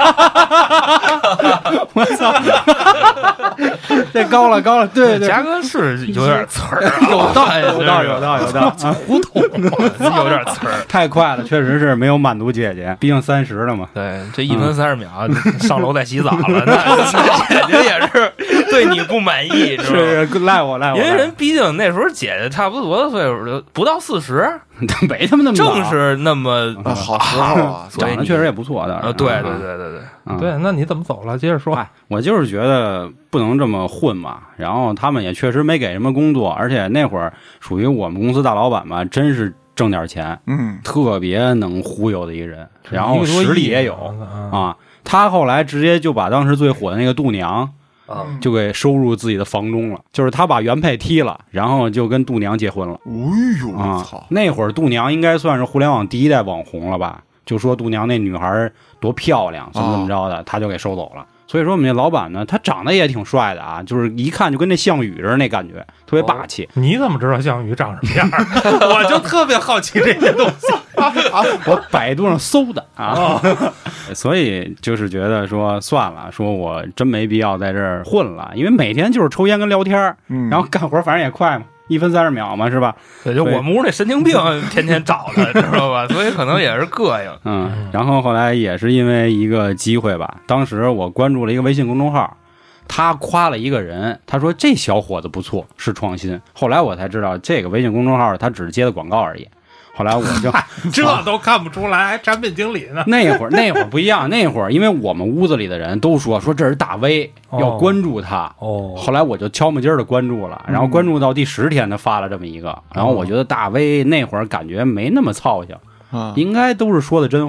我操！这高了高了，对对。 嘉哥是有点词儿， 有道有道有道有道， 胡同有点词儿， 太快了，确实是没有满足姐姐，毕竟三十了嘛。 对，这一分三十秒、嗯、上楼再洗澡了，那姐姐也是对你不满意， 是是赖我赖我。 因为人毕竟那时候姐姐差不多多大岁数，就不到四十， 没他妈那么正是那么、 啊、好时候啊， 长得确实也不错的。 啊，对对对对对， 嗯、 对，那你怎么走了？接着说。 我就是觉得不能这么混嘛，然后他们也确实没给什么工作，而且那会儿属于我们公司大老板嘛，真是挣点钱， 嗯， 特别能忽悠的一个人，然后实力也有啊。他后来直接就把当时最火的那个度娘。就给收入自己的房中了，就是他把原配踢了，然后就跟度娘结婚了。 哎呦， 啊、 操！ 那会儿度娘应该算是互联网第一代网红了吧？就说度娘那女孩多漂亮，怎么怎么着的，他就给收走了。所以说我们这老板呢，他长得也挺帅的啊，就是一看就跟那项羽似的那感觉，特别霸气。 哦、你怎么知道项羽长什么样？我就特别好奇这些东西。 我百度上搜的啊，哦、所以就是觉得说算了，说我真没必要在这儿混了，因为每天就是抽烟跟聊天，嗯、然后干活反正也快嘛。一分三十秒嘛，是吧？ 对，就我们屋那神经病天天找他，知道吧？所以可能也是膈应。 嗯，然后后来也是因为一个机会吧，当时我关注了一个微信公众号，他夸了一个人，他说这小伙子不错，是创新。后来我才知道，这个微信公众号他只是接的广告而已。后来我就这都看不出来，还产品经理呢。 那会儿那会儿不一样，那会儿因为我们屋子里的人都说说这是大 V，、哦、要关注他。哦，后来我就悄没劲儿的关注了，然后关注到第十天，他发了这么一个，嗯、然后我觉得大 V 那会儿感觉没那么操性，嗯、应该都是说的真话。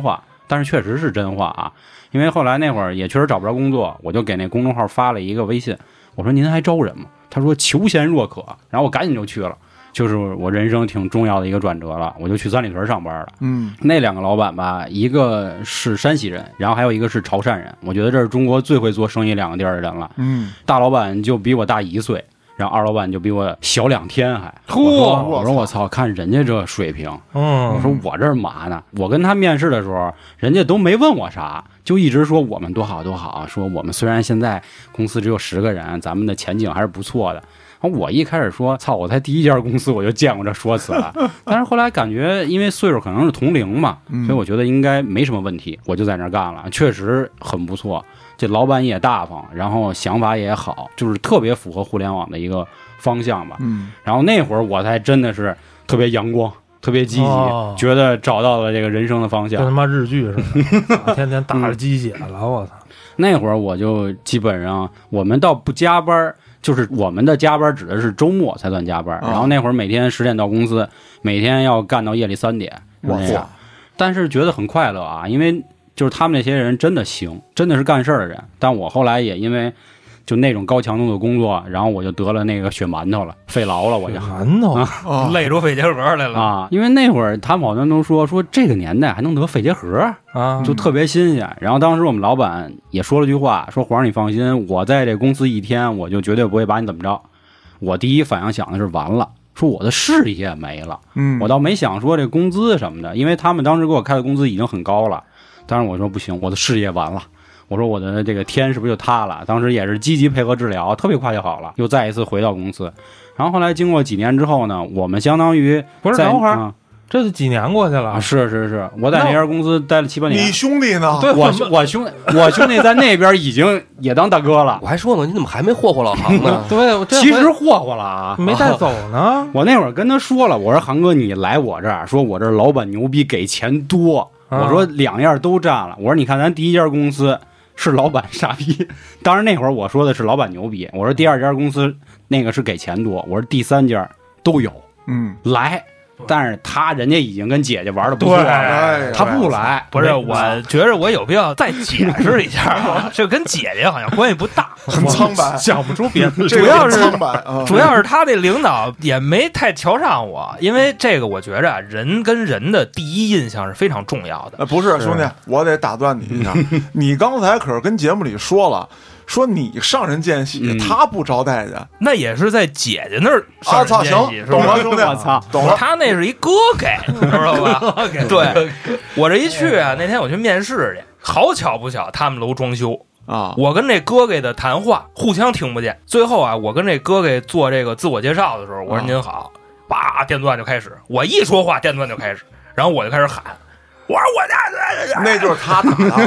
但是确实是真话啊。因为后来那会儿也确实找不着工作，我就给那公众号发了一个微信，我说您还招人吗？他说求贤若渴，然后我赶紧就去了。就是我人生挺重要的一个转折了，我就去三里屯上班了。 嗯， 那两个老板吧，一个是山西人，然后还有一个是潮汕人。我觉得这是中国最会做生意两个地儿的人了。 嗯， 大老板就比我大一岁，然后二老板就比我小两天还。 嚯！ 我说我说我操，看人家这水平， 嗯， 我说我这嘛呢？我跟他面试的时候，人家都没问我啥，就一直说我们多好多好，说我们虽然现在公司只有十个人，咱们的前景还是不错的。我一开始说操，我才第一家公司我就见过这说辞了，但是后来感觉因为岁数可能是同龄嘛，所以我觉得应该没什么问题，我就在那儿干了，确实很不错。这老板也大方，然后想法也好，就是特别符合互联网的一个方向吧。 嗯， 然后那会儿我才真的是特别阳光，特别积极， 哦、 觉得找到了这个人生的方向， 跟他妈日剧似的，天天打着鸡血了，嗯、我操！ 那会儿我就基本上，我们倒不加班。就是我们的加班指的是周末才算加班，然后那会儿每天十点到公司，每天要干到夜里三点。 哇塞！ 但是觉得很快乐啊，因为就是他们那些人真的行，真的是干事儿的人。但我后来也因为就那种高强度的工作，然后我就得了那个血馒头了，肺痨了，我就馒头、 啊、累出肺结核来了啊！因为那会儿他们好像都说说这个年代还能得肺结核啊， 就特别新鲜。然后当时我们老板也说了句话，说皇上你放心，我在这公司一天，我就绝对不会把你怎么着。我第一反应想的是完了，说我的事业没了。 嗯， 我倒没想说这工资什么的，因为他们当时给我开的工资已经很高了。但是我说不行，我的事业完了。我说我的这个天是不是就塌了？当时也是积极配合治疗，特别快就好了，又再一次回到公司。然后后来经过几年之后呢，我们相当于不是等会儿、 嗯， 这都几年过去了、 啊？是是是，我在那家公司待了七八年。 你兄弟呢？ 对， 我我兄我兄弟在那边已经也当大哥了。 我还说呢，你怎么还没霍霍老航呢？ 对， 其实霍霍了啊， 没带走呢。 我那会儿跟他说了，我说航哥你来我这儿，说我这老板牛逼，给钱多。 啊、 我说两样都占了。我说你看咱第一家公司。是老板傻逼，当然那会儿我说的是老板牛逼。我说第二家公司那个是给钱多，我说第三家都有， 嗯， 来，但是他人家已经跟姐姐玩的不错了，他不来。 不是，我觉着我有必要再解释一下，这跟姐姐好像关系不大， 很苍白， 想不出别的。 主要是苍白，啊、 主要是他这领导也没太瞧上我，因为这个我觉着人跟人的第一印象是非常重要的。 呃，不是兄弟，我得打断你一下，你刚才可是跟节目里说了。说你上人见喜，嗯、他不招待见， 那也是在姐姐那儿上人见喜， 啊、懂了，兄弟， 我操， 懂了。 他那是一哥给，知道吧？对，我这一去啊，那天我去面试去，好巧不巧，他们楼装修啊， 我跟这哥给的谈话互相听不见。最后啊，我跟这哥给做这个自我介绍的时候，我说您好，叭，电钻就开始，我一说话，电钻就开始，然后我就开始喊。我说我家那就是他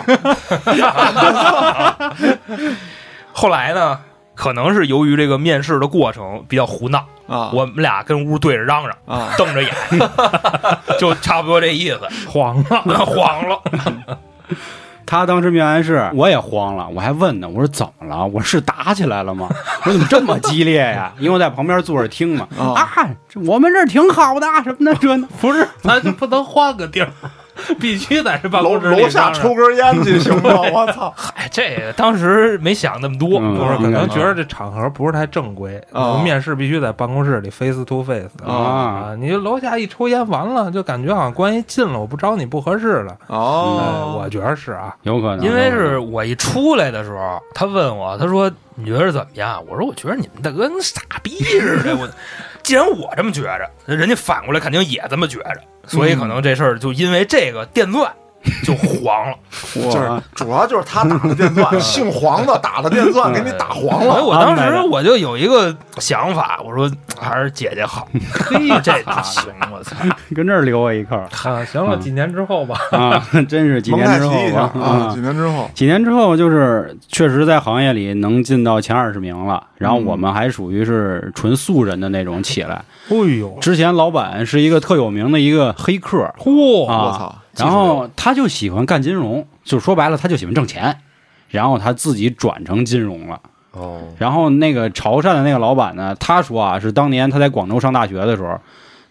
打的。 后来呢，可能是由于这个面试的过程比较胡闹啊， 我们俩跟屋对着嚷嚷啊， 瞪着眼，就差不多这意思， 慌了， 慌了。 他当时面完试，我也慌了，我还问呢，我说怎么了？我是打起来了吗？我怎么这么激烈呀？因为我在旁边坐着听嘛。 啊， 啊我们这儿挺好的，什么的，这不是，咱就不能换个地儿。必须在这办公室楼楼下抽根烟去行吗？我操！ 嗨，这个当时没想那么多， 嗯、 不是可能觉得这场合不是太正规， 啊、 面试必须在办公室里 face to face 啊, 啊！你楼下一抽烟，完了就感觉好像关系近了，我不招你不合适了。 哦、 哎，我觉得是啊， 有可能， 因为是我一出来的时候，他问我，他说你觉得怎么样？我说我觉得你们大哥跟傻逼似的。我既然我这么觉着，人家反过来肯定也这么觉着。所以可能这事儿就因为这个电钻就黄了， 就是主要就是他打的电钻，姓黄的打的电钻给你打黄了。 所以我当时我就有一个想法，我说还是姐姐好，嘿，这不行，我操， 跟这儿留我一扣啊！行了，几年之后吧， 啊，真是几年之后吧， 啊，几年之后， 几年之后就是确实在行业里能进到前二十名了，然后我们还属于是纯素人的那种起来。 哎呦， 之前老板是一个特有名的一个黑客， 嚯， 啊、 我操！ 然后他就喜欢干金融，就说白了，他就喜欢挣钱，然后他自己转成金融了。 哦， 然后那个潮汕的那个老板呢，他说啊，是当年他在广州上大学的时候，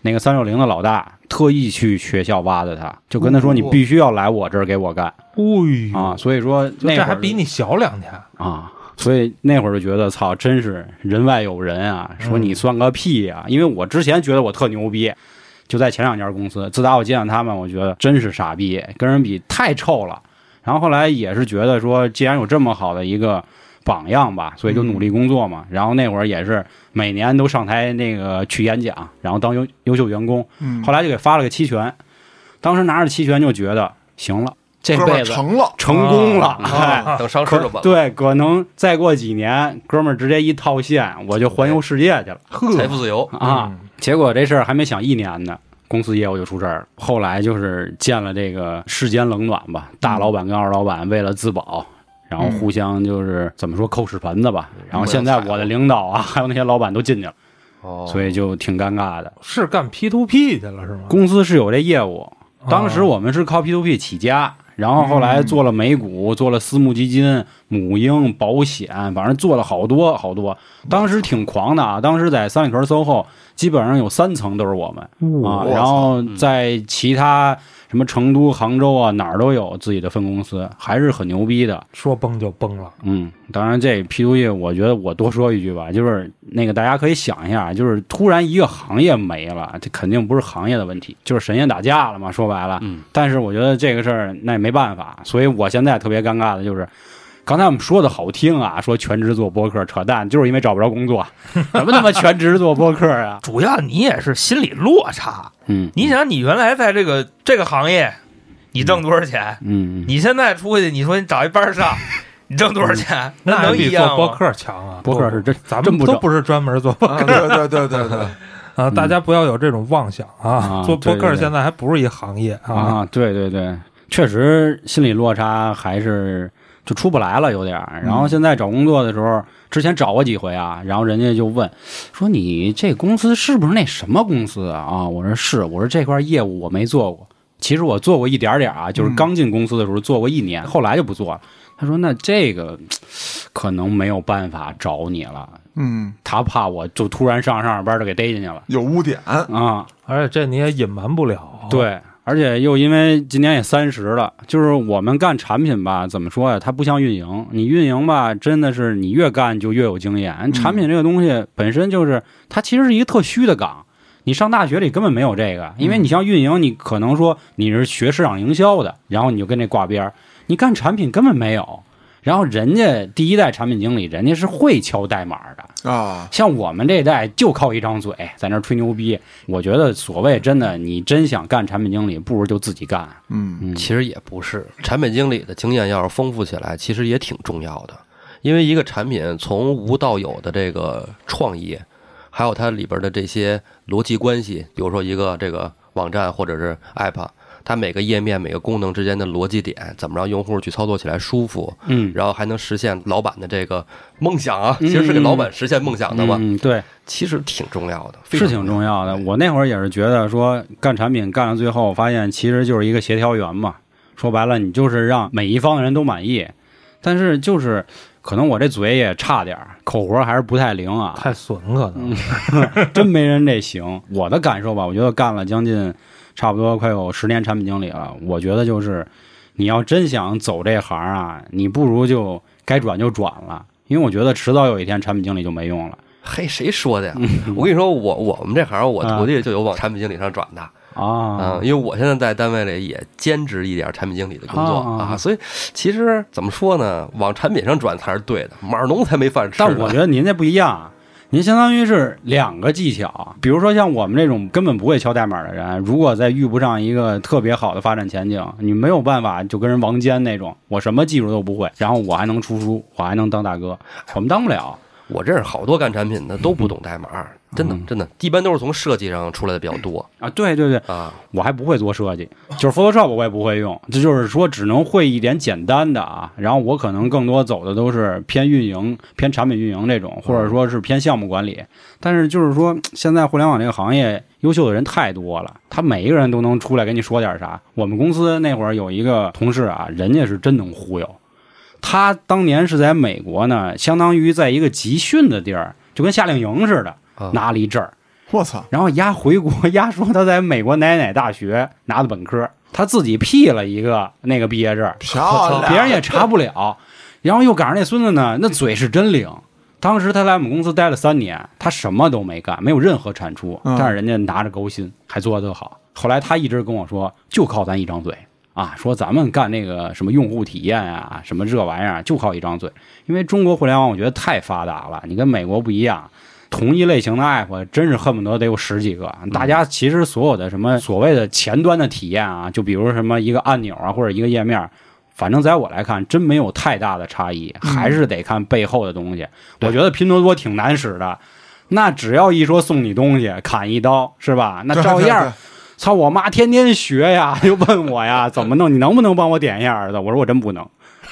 那个三六零的老大特意去学校挖的他，就跟他说你必须要来我这儿给我干。 哎啊，所以说那这还比你小两天啊。所以那会儿就觉得操，真是人外有人啊！说你算个屁呀、啊嗯！因为我之前觉得我特牛逼，就在前两家公司，自打我见到他们，我觉得真是傻逼，跟人比太臭了。然后后来也是觉得说，既然有这么好的一个榜样吧，所以就努力工作嘛。嗯、然后那会儿也是每年都上台那个去演讲，然后当优优秀员工。 嗯， 后来就给发了个期权，当时拿着期权就觉得行了。这辈子成了， 成功了， 啊哎， 等上市就稳。 对，可能再过几年，哥们儿直接一套现，我就环游世界去了， 财富自由啊！ 嗯、 结果这事儿还没想一年呢，公司业务就出事儿了。后来就是见了这个世间冷暖吧，大老板跟二老板为了自保，然后互相就是怎么说扣屎盆子吧。然后现在我的领导啊，还有那些老板都进去了， 哦， 所以就挺尴尬的。 是干 P to P 去了是吗？ 公司是有这业务，当时我们是靠 P to P 起家。然后后来做了美股，做了私募基金、母婴、保险，反正做了好多好多。当时挺狂的啊！当时在三里屯 S O H O 基本上有三层都是我们啊，然后在其他什么成都、杭州啊哪儿都有自己的分公司，还是很牛逼的。 说崩就崩了。 嗯，当然这 P to P 我觉得我多说一句吧，就是那个大家可以想一下，就是突然一个行业没了，这肯定不是行业的问题，就是神仙打架了嘛，说白了。 嗯。但是我觉得这个事儿那也没办法，所以我现在特别尴尬的就是。刚才我们说的好听啊，说全职做播客扯淡，就是因为找不着工作，什么他妈全职做播客啊？ 主要你也是心理落差。 嗯， 你想，你原来在这个这个行业，你挣多少钱？ 嗯， 你现在出去，你说你找一班上，你挣多少钱？嗯、那能一样吗？ 比做播客强啊！ 播客是真， 咱们都不是专门做播客， 对对对对对。 啊，大家不要有这种妄想啊！ 啊做播客现在还不是一行业啊！ 啊，对对对，确实心理落差还是。就出不来了，有点儿。然后现在找工作的时候，之前找过几回啊，然后人家就问说：“你这公司是不是那什么公司啊？”啊，我说是，我说这块业务我没做过，其实我做过一点点啊，就是刚进公司的时候做过一年，后来就不做了。他说：“那这个可能没有办法找你了。” 嗯， 他怕我就突然上上着班就给逮进去了， 有污点啊， 而且这你也隐瞒不了。 对。而且又因为今年也三十了，就是我们干产品吧，怎么说呀？它不像运营，你运营吧，真的是你越干就越有经验。产品这个东西本身就是它其实是一个特虚的岗，你上大学里根本没有这个，因为你像运营，你可能说你是学市场营销的，然后你就跟这挂边，你干产品根本没有。然后人家第一代产品经理，人家是会敲代码的啊， 像我们这代就靠一张嘴在那吹牛逼。我觉得所谓真的，你真想干产品经理，不如就自己干。 嗯， 嗯其实也不是，产品经理的经验要是丰富起来，其实也挺重要的。因为一个产品从无到有的这个创意，还有它里边的这些逻辑关系，比如说一个这个网站或者是 app。它每个页面每个功能之间的逻辑点，怎么让用户去操作起来舒服， 嗯， 然后还能实现老板的这个梦想啊，其实是给老板实现梦想的嘛， 嗯，对， 其实挺重要的， 是挺重要的。我那会儿也是觉得说干产品干到最后，发现其实就是一个协调员嘛，说白了，你就是让每一方的人都满意，但是就是可能我这嘴也差点，口活还是不太灵啊， 太损可能， 真没人这行。我的感受吧，我觉得干了将近。差不多快有十年产品经理了，我觉得就是你要真想走这行啊，你不如就该转就转了，因为我觉得迟早有一天产品经理就没用了。 嘿，谁说的呀？我跟你说，我我们这行，我徒弟就有往产品经理上转的啊， 嗯，因为我现在在单位里也兼职一点产品经理的工作啊，所以其实怎么说呢，往产品上转才是对的，码农才没饭吃。 但我觉得您这不一样。您相当于是两个技巧，比如说像我们这种根本不会敲代码的人，如果再遇不上一个特别好的发展前景，你没有办法就跟人王坚那种，我什么技术都不会，然后我还能出书，我还能当大哥，我们当不了。 我认识好多干产品的都不懂代码，真的真的，一般都是从设计上出来的比较多啊。对对对啊， 我还不会做设计，就是 Photoshop 我也不会用，这就是说只能会一点简单的啊。然后我可能更多走的都是偏运营、偏产品运营这种，或者说是偏项目管理。但是就是说，现在互联网这个行业优秀的人太多了，他每一个人都能出来跟你说点啥。我们公司那会儿有一个同事啊，人家是真能忽悠。他当年是在美国呢，相当于在一个集训的地儿，就跟夏令营似的，拿了一证儿， 我操！ 然后丫回国，丫说他在美国哪哪大学拿的本科，他自己 P 了一个那个毕业证， 漂亮， 别人也查不了。然后又赶上那孙子呢，那嘴是真灵。当时他来我们公司待了三年，他什么都没干，没有任何产出， 嗯、 但是人家拿着高薪，还做得特好。后来他一直跟我说，就靠咱一张嘴啊，说咱们干那个什么用户体验啊，什么这玩意儿，就靠一张嘴。因为中国互联网我觉得太发达了，你跟美国不一样。同一类型的 app 真是恨不得得有十几个，大家其实所有的什么所谓的前端的体验啊，就比如什么一个按钮啊或者一个页面，反正在我来看真没有太大的差异，还是得看背后的东西。我觉得拼多多挺难使的，那只要一说送你东西砍一刀是吧，那照样操我妈天天学呀，就问我呀怎么弄，你能不能帮我点一下儿子？我说我真不能。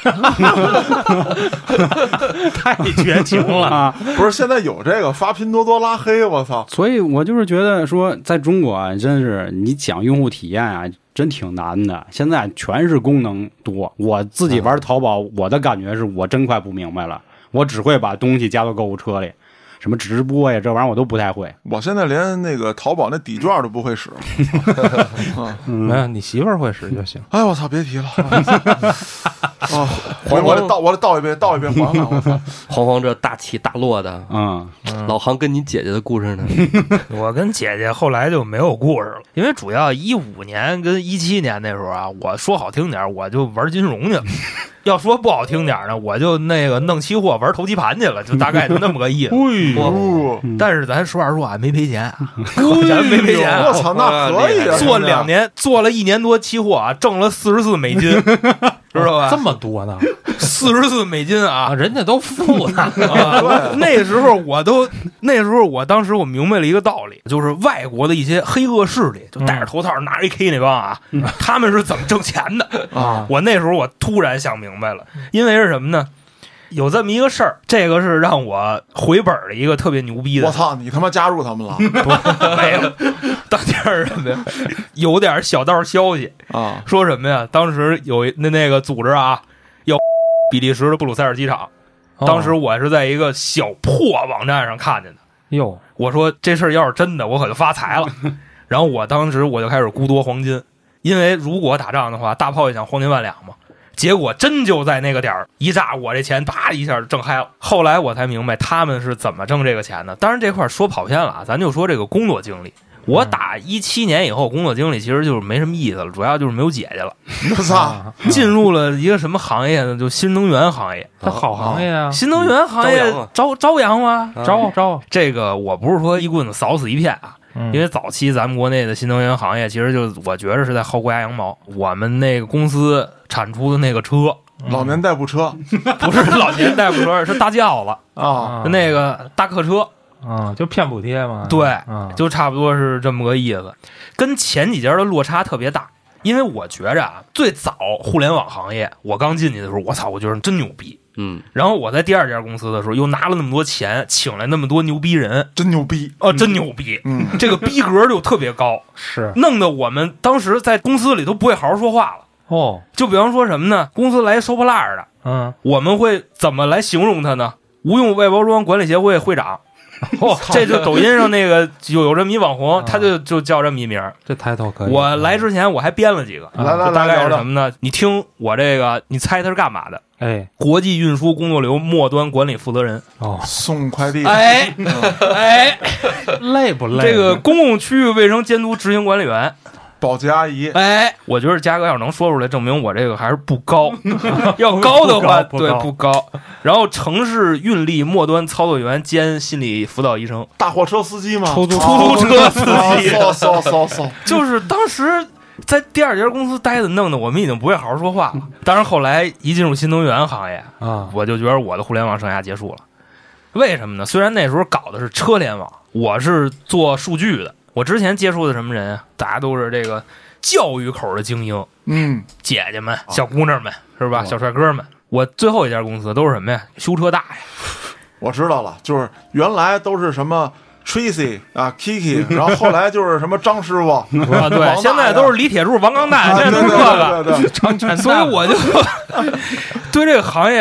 太绝情了啊！ 不是现在有这个发拼多多拉黑，我操！ 所以我就是觉得说，在中国啊，真是你讲用户体验啊，真挺难的。现在全是功能多，我自己玩淘宝，我的感觉是我真快不明白了，我只会把东西加到购物车里。什么直播呀，这玩意儿我都不太会。 我现在连那个淘宝那底券都不会使。 嗯、没有，你媳妇儿会使就行。 哎，我操，别提了。啊，我我得倒，我得倒一杯，倒一杯还了。我操， 黄黄这大起大落的， 嗯， 老杭跟你姐姐的故事呢？ 我跟姐姐后来就没有故事了，因为主要一五年跟一七年那时候啊，我说好听点，我就玩金融去了。要说不好听点呢，我就那个弄期货玩投机盘去了，就大概就那么个意思。 哦、 但是咱实话说啊，没赔钱，咱没赔钱、啊。 我操，那可以、啊！ 做两年，做了一年多期货啊，挣了四十四美金，知道吧？ 这么多呢？ 四十四美金啊！ 人家都富呢、 啊。那时候我都，那时候我当时我明白了一个道理，就是外国的一些黑恶势力，就戴着头套拿着 A K 那帮啊，嗯、他们是怎么挣钱的啊？我那时候我突然想明白了，因为是什么呢？有这么一个事儿，这个是让我回本的一个特别牛逼的。 我操，你他妈加入他们了？ 不，没有。当天是什么呀？有点小道消息啊， 说什么呀？当时有那那个组织啊，要比利时的布鲁塞尔机场。 哦、 当时我是在一个小破网站上看见的。 哟， 我说这事儿要是真的，我可就发财了。然后我当时我就开始估多黄金，因为如果打仗的话，大炮一响，黄金万两嘛。结果真就在那个点儿一炸，我这钱啪一下挣嗨了。后来我才明白他们是怎么挣这个钱的。当然这块说跑偏了啊，咱就说这个工作经历。我打一七年以后工作经历其实就是没什么意思了，主要就是没有姐姐了。 我操， 进入了一个什么行业呢？就新能源行业。 它好行业啊， 新能源行业朝朝阳吗？ 朝朝。 这个我不是说一棍子扫死一片啊。因为早期咱们国内的新能源行业，其实就我觉得是在薅国家羊毛。我们那个公司产出的那个车， 老年代步车， 不是老年代步车，是大轿子啊， 那个大客车啊，就骗补贴嘛。 对， 啊、 就差不多是这么个意思，跟前几家的落差特别大。因为我觉着啊，最早互联网行业，我刚进去的时候，我操，我觉得真牛逼。 嗯， 然后我在第二家公司的时候，又拿了那么多钱，请来那么多牛逼人， 真牛逼哦，真牛逼！ 嗯， 这个逼格就特别高， 是弄得我们当时在公司里都不会好好说话了。 哦， 就比方说什么呢？公司来收破烂的， 嗯， 我们会怎么来形容他呢？无用外包装管理协会会长。 哦， 这就抖音上那个有有这么一网红，他就就叫这么一名。 这抬头可以。 我来之前我还编了几个， 来来来， 大概是什么呢？你听我这个，你猜他是干嘛的？ 哎， 国际运输工作流末端管理负责人。 哦， 送快递。 哎哎， 累不累？ 这个公共区域卫生监督执行管理员。 保洁阿姨， 哎，我觉得嘉哥要是能说出来，证明我这个还是不高。要高的话， 不对不高。然后城市运力末端操作员兼心理辅导医生， 大货车司机吗？ 出租出租车司机， 骚骚骚骚， 就是当时在第二家公司待的，弄得我们已经不会好好说话了。当然后来一进入新能源行业啊， 我就觉得我的互联网生涯结束了。为什么呢？虽然那时候搞的是车联网，我是做数据的。我之前接触的什么人啊？大家都是这个教育口的精英， 嗯， 姐姐们、小姑娘们，是吧？小帅哥们。我最后一家公司都是什么呀？修车大爷。 我知道了，就是原来都是什么 Tracy 啊 Kiki， 然后后来就是什么张师傅啊， 对，现在都是李铁柱、王刚大爷，现在都是这个。 对对对， 所以我就对这个行业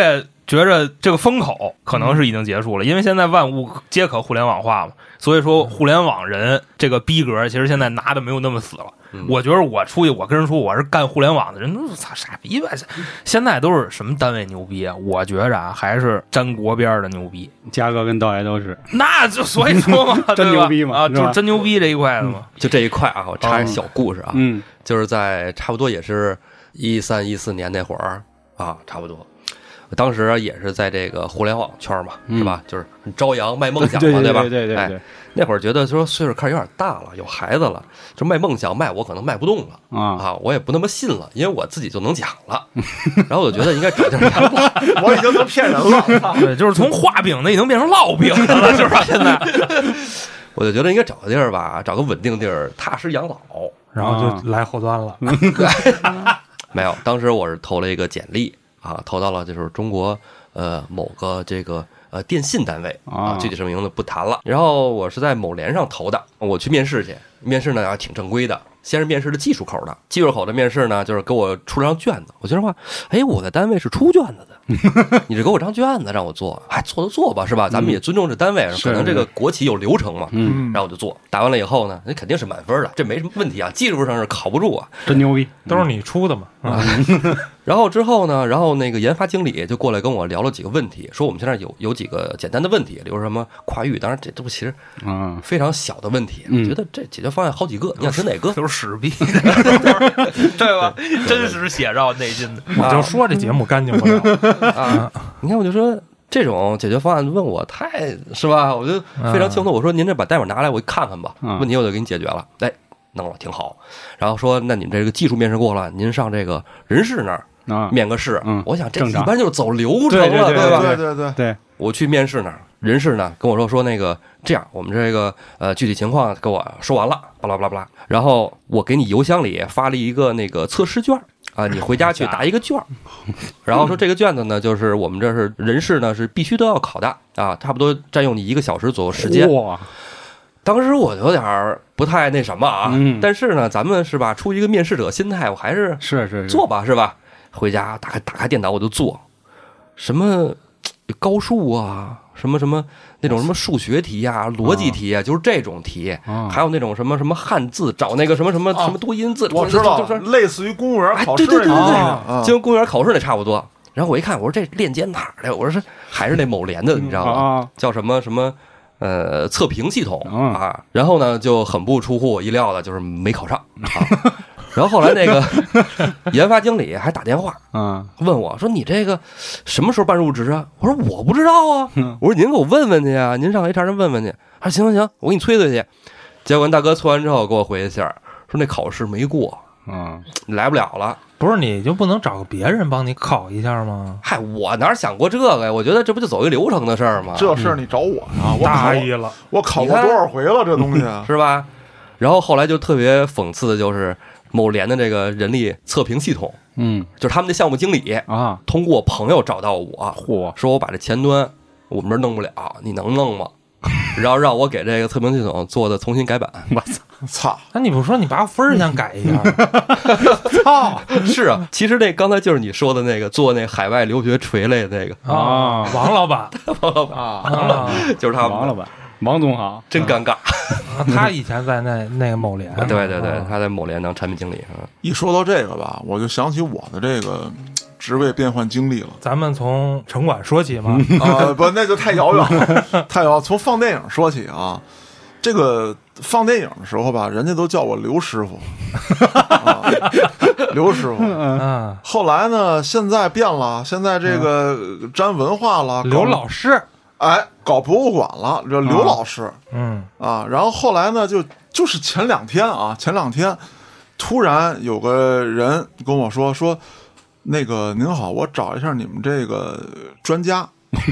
觉着这个风口可能是已经结束了，因为现在万物皆可互联网化嘛，所以说互联网人这个逼格其实现在拿的没有那么死了。嗯、我觉得我出去，我跟人说我是干互联网的人，都操傻逼吧！现在都是什么单位牛逼啊？我觉着啊，还是沾国边的牛逼。 嘉哥跟道爷都是， 那就所以说嘛， 真牛逼嘛啊，就是真牛逼这一块的嘛。 嗯、就这一块啊，我插一小故事啊， 嗯， 就是在差不多也是一三一四年那会儿啊，差不多。当时也是在这个互联网圈嘛， 嗯、 是吧？就是朝阳卖梦想嘛， 对, 对, 对吧？ 对对对对。 哎，那会儿觉得说岁数开始有点大了，有孩子了，就卖梦想卖我可能卖不动了啊啊！我也不那么信了，因为我自己就能讲了。然后我就觉得应该找地儿养了， 我已经能骗人了。 对，就是从画饼的已经变成烙饼了，是吧？现在我就觉得应该找个地儿吧，找个稳定地儿，踏实养老。 然后就来后端了。 没有，当时我是投了一个简历。啊，投到了就是中国呃某个这个呃电信单位啊，具体什么名字不谈了。然后我是在某联上投的，我去面试去，面试呢还挺正规的。先是面试的技术口的，技术口的面试呢，就是给我出了张卷子。我觉得话，哎，我在单位是出卷子的，你这给我张卷子让我做，哎，做就做吧，是吧？咱们也尊重这单位，可能这个国企有流程嘛。嗯，然后我就做，打完了以后呢，那肯定是满分的，这没什么问题啊，技术上是考不住啊， 真牛逼， 都是你出的嘛。 啊，然后之后呢，然后那个研发经理就过来跟我聊了几个问题，说我们现在有有几个简单的问题，比如什么跨域，当然这都其实啊非常小的问题，我觉得这解决方案好几个，你想听哪个？ 都是屎逼。对吧？真实写照内心的， 我就说这节目干净不了啊！你看，我就说这种解决方案问我太是吧？我就非常轻松。我说您这把代码拿来，我看看吧。问题我就给你解决了。哎，弄了挺好。然后说，那你们这个技术面试过了，您上这个人事那儿面个试。我想这一般就是走流程了， 对吧？ 对对对对。 我去面试那儿，人事呢跟我说说那个这样，我们这个呃具体情况给我说完了，巴拉巴拉巴拉。然后我给你邮箱里发了一个那个测试卷啊，你回家去答一个卷。然后说这个卷子呢，就是我们这是人事呢是必须都要考的啊，差不多占用你一个小时左右时间。 哇！ 当时我有点不太那什么啊， 嗯、 但是呢，咱们是吧，出于一个面试者心态，我还是是是做吧，是吧？回家打开打开电脑我就做，什么高数啊，什么什么那种什么数学题呀、啊、逻辑题啊，就是这种题， 啊、 还有那种什么什么汉字，找那个什么什么、啊、什么多音字， 我知道， 就是类似于公务员考试那个，对对对对， 啊、 就跟公务员考试那差不多。然后我一看，我说这链接哪儿的？我说是还是那某联的，你知道吗？ 啊、 叫什么什么呃测评系统嗯、 啊。然后呢，就很不出乎我意料的，就是没考上啊。然后后来那个研发经理还打电话， 嗯， 问我说：“你这个什么时候办入职啊？”我说：“我不知道啊。”我说：“您给我问问去啊，您上 H R 人问问去。”他说：“行行行，我给你催催去。”结果大哥催完之后给我回一信儿，说那考试没过， 嗯， 来不了了。 不是，你就不能找个别人帮你考一下吗？ 嗨，我哪想过这个呀？我觉得这不就走一流程的事儿吗？ 这事儿你找我呀，我大意了， 我考过多少回了，这东西是吧？然后后来就特别讽刺的就是。某联的这个人力测评系统， 嗯， 就是他们的项目经理啊， 通过朋友找到我， 嚯， 说我把这前端我们这弄不了，你能弄吗？然后让我给这个测评系统做的重新改版。 我操操！ 那你不说你把分儿先改一下？操！ 是啊，其实那刚才就是你说的那个做那海外留学垂类的那个啊，王老板， 王老板啊， 就是他们王老板。王总好， 真尴尬。 啊、他以前在那那个某联， 对对对，他在某联当产品经理。 一说到这个吧，我就想起我的这个职位变换经历了。 咱们从城管说起吗？ 啊，不，那就太遥远了，太遥远。从放电影说起啊，这个放电影的时候吧，人家都叫我刘师傅，啊、刘师傅。 嗯， 后来呢，现在变了，现在这个沾文化了， 刘老师。 哎，搞博物馆了，这刘老师， 嗯啊，然后后来呢，就就是前两天啊，前两天突然有个人跟我说说，那个您好，我找一下你们这个专家，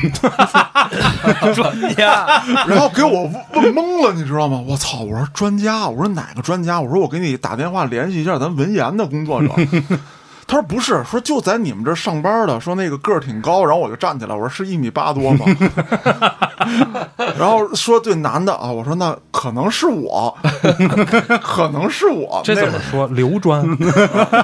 专家， 然后给我问懵了，你知道吗？我操！我说专家，我说哪个专家？我说我给你打电话联系一下咱文研的工作者。他说不是，说就在你们这上班的，说那个个儿挺高，然后我就站起来，我说是一米八多吗？然后说对男的啊，我说那可能是我，可能是我， 这怎么说？刘专，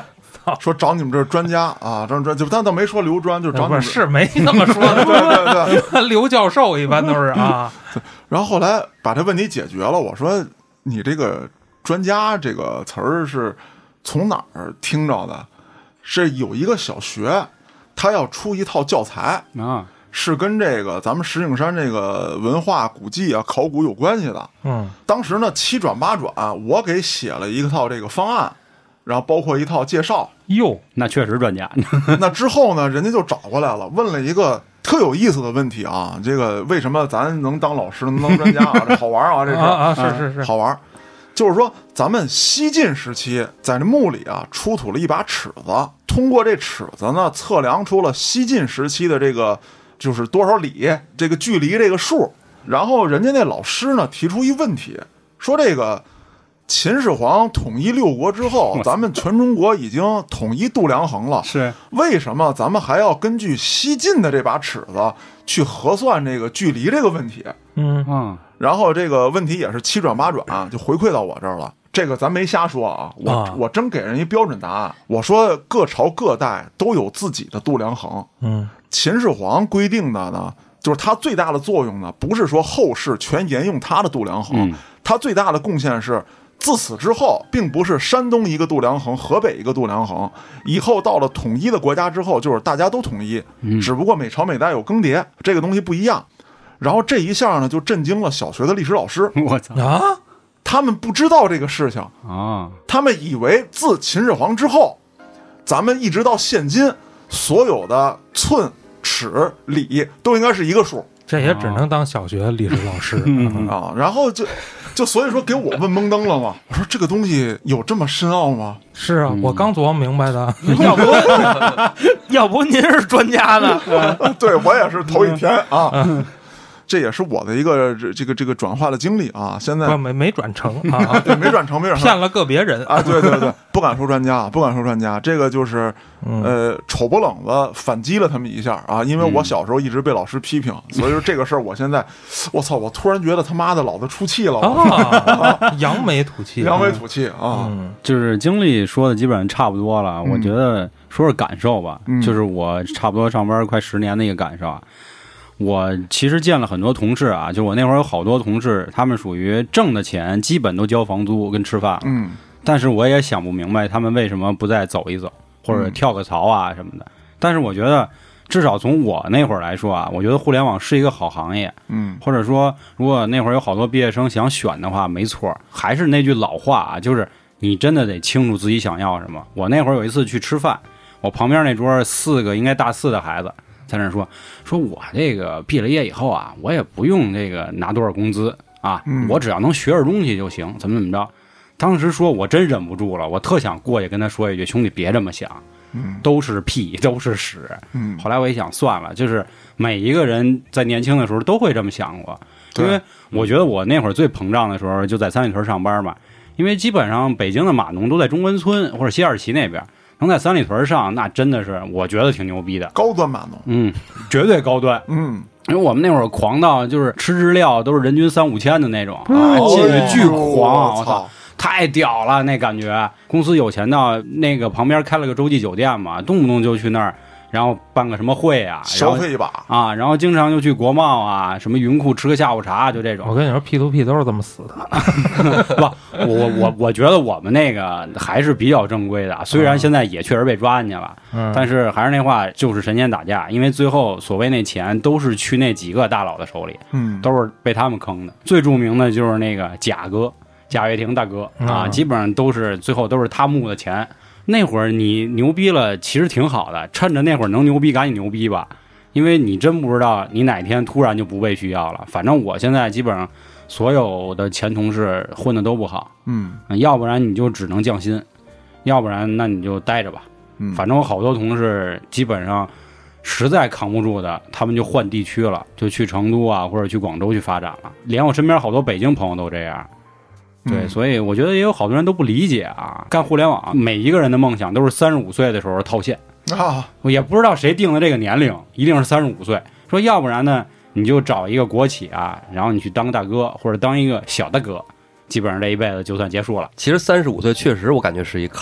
说找你们这专家啊，找专就但倒没说刘专，就找你们是没那么说的， 对对对， 刘教授一般都是啊。 然后后来把这问题解决了，我说你这个专家这个词儿是从哪儿听着的？是有一个小学，他要出一套教材啊。 是跟这个咱们石景山这个文化古迹啊、考古有关系的。 嗯， 当时呢七转八转，我给写了一套这个方案，然后包括一套介绍。 哟， 那确实专家。 那之后呢，人家就找过来了，问了一个特有意思的问题啊，这个为什么咱能当老师，能当专家啊？这好玩啊，这是啊啊，是是是， 好玩。就是说，咱们西晋时期在这墓里啊出土了一把尺子，通过这尺子呢，测量出了西晋时期的这个。就是多少里这个距离这个数，然后人家那老师呢提出一问题，说这个秦始皇统一六国之后，咱们全中国已经统一度量衡了， 是为什么咱们还要根据西晋的这把尺子去核算这个距离这个问题？ 嗯嗯， 然后这个问题也是七转八转、啊、就回馈到我这儿了。这个咱没瞎说啊，我、啊、我真给人一标准答案。我说各朝各代都有自己的度量衡， 嗯。 秦始皇规定的呢，就是它最大的作用呢，不是说后世全沿用它的度量衡， 嗯、 它最大的贡献是，自此之后，并不是山东一个度量衡，河北一个度量衡，以后到了统一的国家之后，就是大家都统一， 嗯、 只不过每朝每代有更迭，这个东西不一样。然后这一下呢，就震惊了小学的历史老师。 我操啊！ 他们不知道这个事情啊， 他们以为自秦始皇之后，咱们一直到现今，所有的寸。尺里都应该是一个数， 这也只能当小学历史老师、 嗯、 啊。然后就就所以说给我问懵登了嘛。我说这个东西有这么深奥吗？ 是啊， 嗯、 我刚琢磨明白的。 要不要不您是专家呢？ 对我也是头一天啊。嗯这也是我的一个这个这个转化的经历啊！现在没没转成啊， 对，没转成，没转成， 骗了个别人啊！对对对，不敢说专家，不敢说专家，这个就是呃，丑不冷子反击了他们一下啊！因为我小时候一直被老师批评，所以说这个事儿，我现在我操，我突然觉得他妈的老子出气了啊！扬眉吐气， 扬眉吐气啊！ 嗯， 就是经历说的基本上差不多了，我觉得说说感受吧，就是我差不多上班快十年的一个感受啊。我其实见了很多同事啊，就我那会儿有好多同事，他们属于挣的钱基本都交房租跟吃饭了， 嗯， 但是我也想不明白他们为什么不再走一走，或者跳个槽啊什么的。但是我觉得，至少从我那会儿来说啊，我觉得互联网是一个好行业， 嗯， 或者说如果那会儿有好多毕业生想选的话，没错，还是那句老话啊，就是你真的得清楚自己想要什么。我那会儿有一次去吃饭，我旁边那桌四个应该大四的孩子。在那说说我这个毕了业以后啊，我也不用这个拿多少工资啊， 嗯、 我只要能学点东西就行，怎么怎么着。当时说我真忍不住了，我特想过去跟他说一句，兄弟别这么想， 嗯， 都是屁，都是屎。 嗯， 后来我一想算了，就是每一个人在年轻的时候都会这么想过，因为我觉得我那会儿最膨胀的时候就在三里屯上班嘛，因为基本上北京的码农都在中关村或者西二旗那边。能在三里屯上，那真的是我觉得挺牛逼的， 高端码农， 嗯，绝对高端， 嗯， 因为我们那会儿狂到就是吃日料都是人均三五千的那种，啊，进去巨狂，我操，太屌了那感觉。公司有钱到那个旁边开了个洲际酒店嘛，动不动就去那儿。然后办个什么会啊， 消费一把啊，然后经常就去国贸啊，什么云库吃个下午茶，就这种。 我跟你说 ，P to P 都是这么死的。 不，我我我觉得我们那个还是比较正规的，虽然现在也确实被抓进去了， 嗯、 但是还是那话，就是神仙打架，因为最后所谓那钱都是去那几个大佬的手里， 嗯， 都是被他们坑的。最著名的就是那个贾哥，贾跃亭大哥啊， 嗯、 基本上都是最后都是他募的钱。那会儿你牛逼了，其实挺好的，趁着那会儿能牛逼，赶紧牛逼吧，因为你真不知道你哪天突然就不被需要了。反正我现在基本上所有的前同事混的都不好， 嗯， 要不然你就只能降薪，要不然那你就待着吧。 嗯， 反正我好多同事基本上实在扛不住的，他们就换地区了，就去成都啊，或者去广州去发展了。连我身边好多北京朋友都这样。对，所以我觉得也有好多人都不理解啊，干互联网每一个人的梦想都是三十五岁的时候套现啊， 我也不知道谁定的这个年龄，一定是三十五岁。说要不然呢，你就找一个国企啊，然后你去当个大哥或者当一个小大哥，基本上这一辈子就算结束了。 其实三十五岁确实我感觉是一坎儿，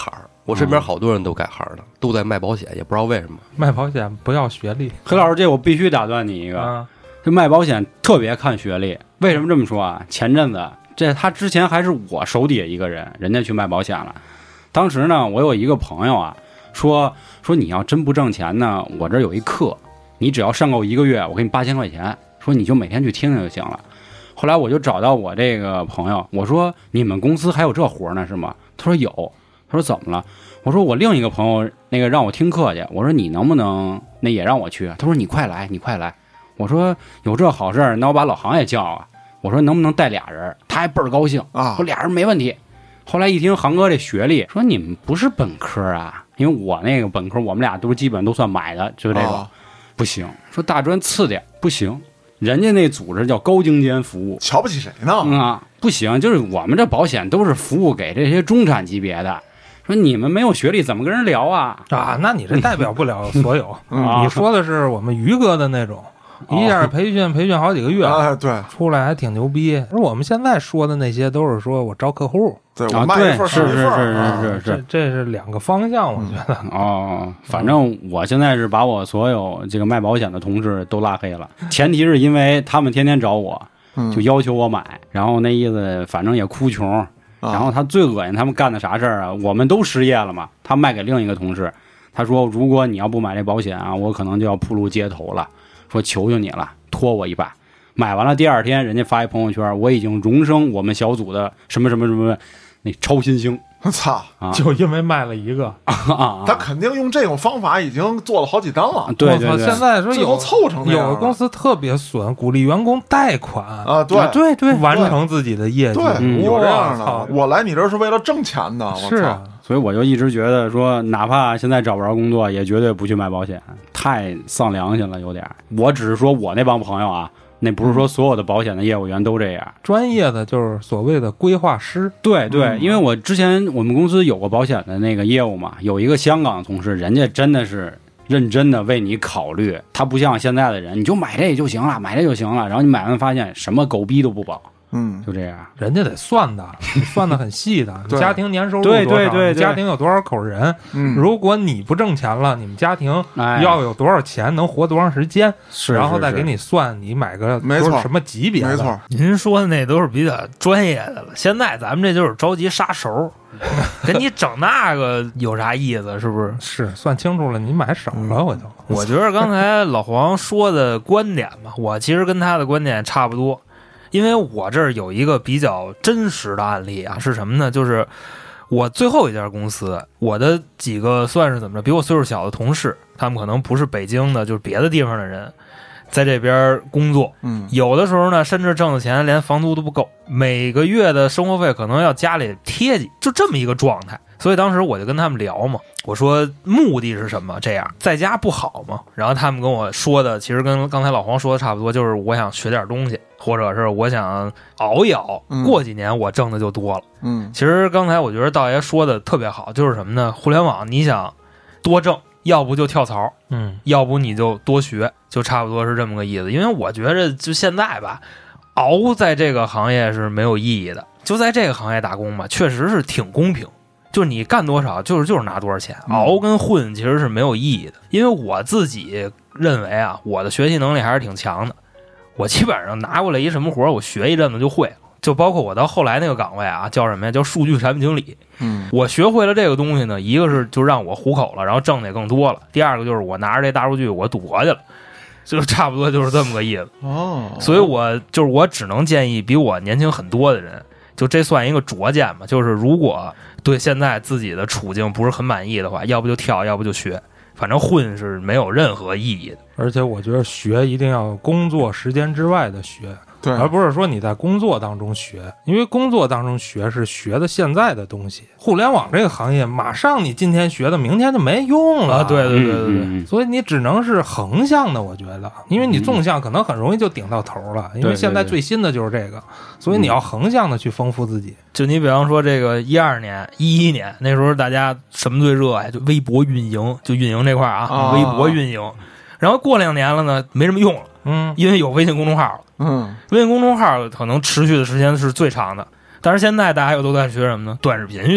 我身边好多人都改行了，都在卖保险，也不知道为什么。 卖保险不要学历。 黑老师，这我必须打断你一个， 啊、 这卖保险特别看学历。为什么这么说啊？前阵子这他之前还是我手底下一个人，人家去卖保险了。当时呢，我有一个朋友啊，说说你要真不挣钱呢，我这有一课，你只要上够一个月，我给你八千块钱，说你就每天去听听就行了。后来我就找到我这个朋友，我说你们公司还有这活呢是吗？他说有。他说怎么了？我说我另一个朋友那个让我听课去，我说你能不能那也让我去？他说你快来，你快来。我说有这好事儿，那我把老航也叫啊。我说能不能带俩人？他还倍儿高兴啊，说俩人没问题。后来一听航哥这学历，说你们不是本科啊？因为我那个本科，我们俩都是基本都算买的，就这个、啊、不行。说大专次点不行，人家那组织叫高精尖服务， 瞧不起谁呢？ 嗯啊，不行，就是我们这保险都是服务给这些中产级别的。说你们没有学历怎么跟人聊啊？ 啊，那你这代表不了所有。 嗯、 你说的是我们于哥的那种，一下培训培训好几个月， 哎，对， 出来还挺牛逼。而我们现在说的那些都是说我招客户， 对，我卖一份是是是是是是，这是两个方向，我觉得。 哦，反正我现在是把我所有这个卖保险的同事都拉黑了，前提是因为他们天天找我，就要求我买，然后那意思反正也哭穷。然后他最恶心他们干的啥事儿啊？我们都失业了嘛，他卖给另一个同事，他说如果你要不买这保险啊，我可能就要铺路街头了，说求求你了，拖我一把。买完了第二天人家发一朋友圈，我已经荣升我们小组的什么什么什么那超新星。 我操！ 就因为卖了一个， 啊、 他肯定用这种方法已经做了好几单了。 对对对， 现在说有凑成有的公司特别损，鼓励员工贷款啊，对对对， 完成自己的业绩。 对， 嗯、 有这样的。我来你这是为了挣钱的， 是啊。 所以我就一直觉得说，哪怕现在找不着工作，也绝对不去卖保险，太丧良心了，有点。我只是说我那帮朋友啊。那不是说所有的保险的业务员都这样， 专业的就是所谓的规划师。 对对、 嗯， 因为我之前我们公司有过保险的那个业务嘛，有一个香港的同事，人家真的是认真的为你考虑，他不像现在的人，你就买这就行了，买这就行了，然后你买完发现什么狗逼都不保。 嗯， 就这样， 人家得算的，算的很细的。家庭年收入多少？ 对对对对， 家庭有多少口人？ 嗯， 如果你不挣钱了，你们家庭要有多少钱，能活多长时间？ 是， 然后再给你算，你买个没错什么级别的？ 没错， 您说的那都是比较专业的了。现在咱们这就是着急杀熟，给你整那个有啥意思？是不是？ 是算清楚了，你买少了我就。 我觉得刚才老黄说的观点吧，我其实跟他的观点差不多。因为我这儿有一个比较真实的案例啊，是什么呢？就是我最后一家公司，我的几个算是怎么着，比我岁数小的同事，他们可能不是北京的，就是别的地方的人，在这边工作。 嗯， 有的时候呢，甚至挣的钱连房租都不够，每个月的生活费可能要家里贴济，就这么一个状态。所以当时我就跟他们聊嘛，我说目的是什么？这样在家不好吗？然后他们跟我说的，其实跟刚才老黄说的差不多，就是我想学点东西，或者是我想熬一熬，过几年我挣的就多了。 嗯， 其实刚才我觉得道爷说的特别好，就是什么呢？互联网你想多挣，要不就跳槽， 嗯， 要不你就多学，就差不多是这么个意思。因为我觉得就现在吧，熬在这个行业是没有意义的，就在这个行业打工吧，确实是挺公平。就是你干多少，就是就是拿多少钱，熬跟混其实是没有意义的。因为我自己认为啊，我的学习能力还是挺强的，我基本上拿过来一什么活，我学一阵子就会了。就包括我到后来那个岗位啊，叫什么呀？叫数据产品经理。 嗯， 我学会了这个东西呢，一个是就让我糊口了，然后挣的也更多了；第二个就是我拿着这大数据我赌博去了，就差不多就是这么个意思。 哦， 所以我就是我只能建议比我年轻很多的人，就这算一个拙见吧，就是如果对现在自己的处境不是很满意的话，要不就跳，要不就学，反正混是没有任何意义的。 而且我觉得学一定要工作时间之外的学， 对， 而不是说你在工作当中学，因为工作当中学是学的现在的东西。互联网这个行业，马上你今天学的，明天就没用了。 啊，对对对对对， 嗯、 所以你只能是横向的，我觉得，因为你纵向可能很容易就顶到头了，因为现在最新的就是这个，所以你要横向的去丰富自己。 就你比方说这个一二年、一一年那时候，大家什么最热呀？就微博运营，就运营这块啊， 啊微博运营。然后过两年了呢，没什么用了， 嗯， 因为有微信公众号了。 嗯， 微信公众号可能持续的时间是最长的，但是现在大家又都在学什么呢？短视频运营，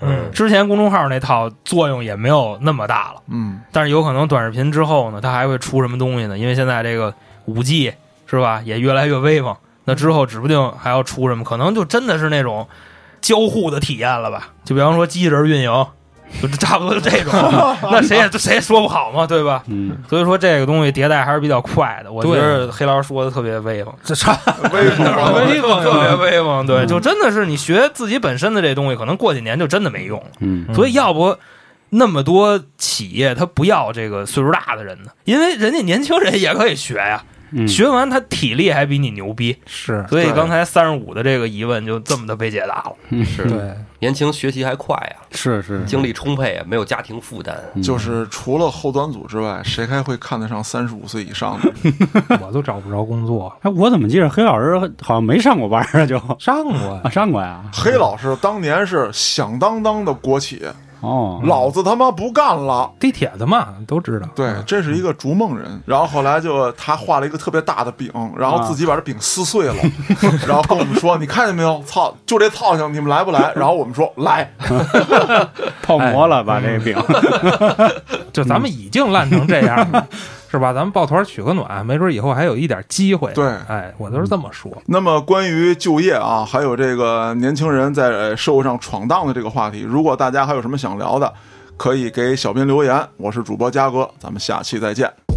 嗯，之前公众号那套作用也没有那么大了， 嗯， 但是有可能短视频之后呢，它还会出什么东西呢？因为现在这个五 G 是吧，也越来越威风，那之后指不定还要出什么，可能就真的是那种交互的体验了吧？就比方说机器人运营。就差不多就这种，那谁也谁也说不好嘛，对吧？ 嗯， 所以说这个东西迭代还是比较快的。我觉得黑老师说的特别威风， 这差威风威风特别威风。对，就真的是你学自己本身的这东西，可能过几年就真的没用了。 嗯， 所以要不那么多企业他不要这个岁数大的人呢？因为人家年轻人也可以学呀。 嗯、 学完他体力还比你牛逼， 是， 所以刚才三十五的这个疑问就这么的被解答了。 嗯、 是， 对， 年轻学习还快呀， 是是， 精力充沛，没有家庭负担。 嗯、 就是除了后端组之外，谁还会看得上三十五岁以上的？ 我都找不着工作。 哎，我怎么记得黑老师好像没上过班啊？就上过啊，上过呀。 黑老师当年是响当当的国企。 哦， 老子他妈不干了！ 地铁的嘛，都知道。 对，这是一个逐梦人。然后后来就他画了一个特别大的饼，然后自己把这饼撕碎了，然后跟我们说：“你看见没有？操，就这操性，你们来不来？”然后我们说：“来。” 泡馍了，把这个饼。 就咱们已经烂成这样了。是吧？咱们抱团取个暖，没准以后还有一点机会。 对， 哎，我都是这么说。 那么关于就业啊，还有这个年轻人在社会上闯荡的这个话题，如果大家还有什么想聊的，可以给小编留言。我是主播嘉哥，咱们下期再见。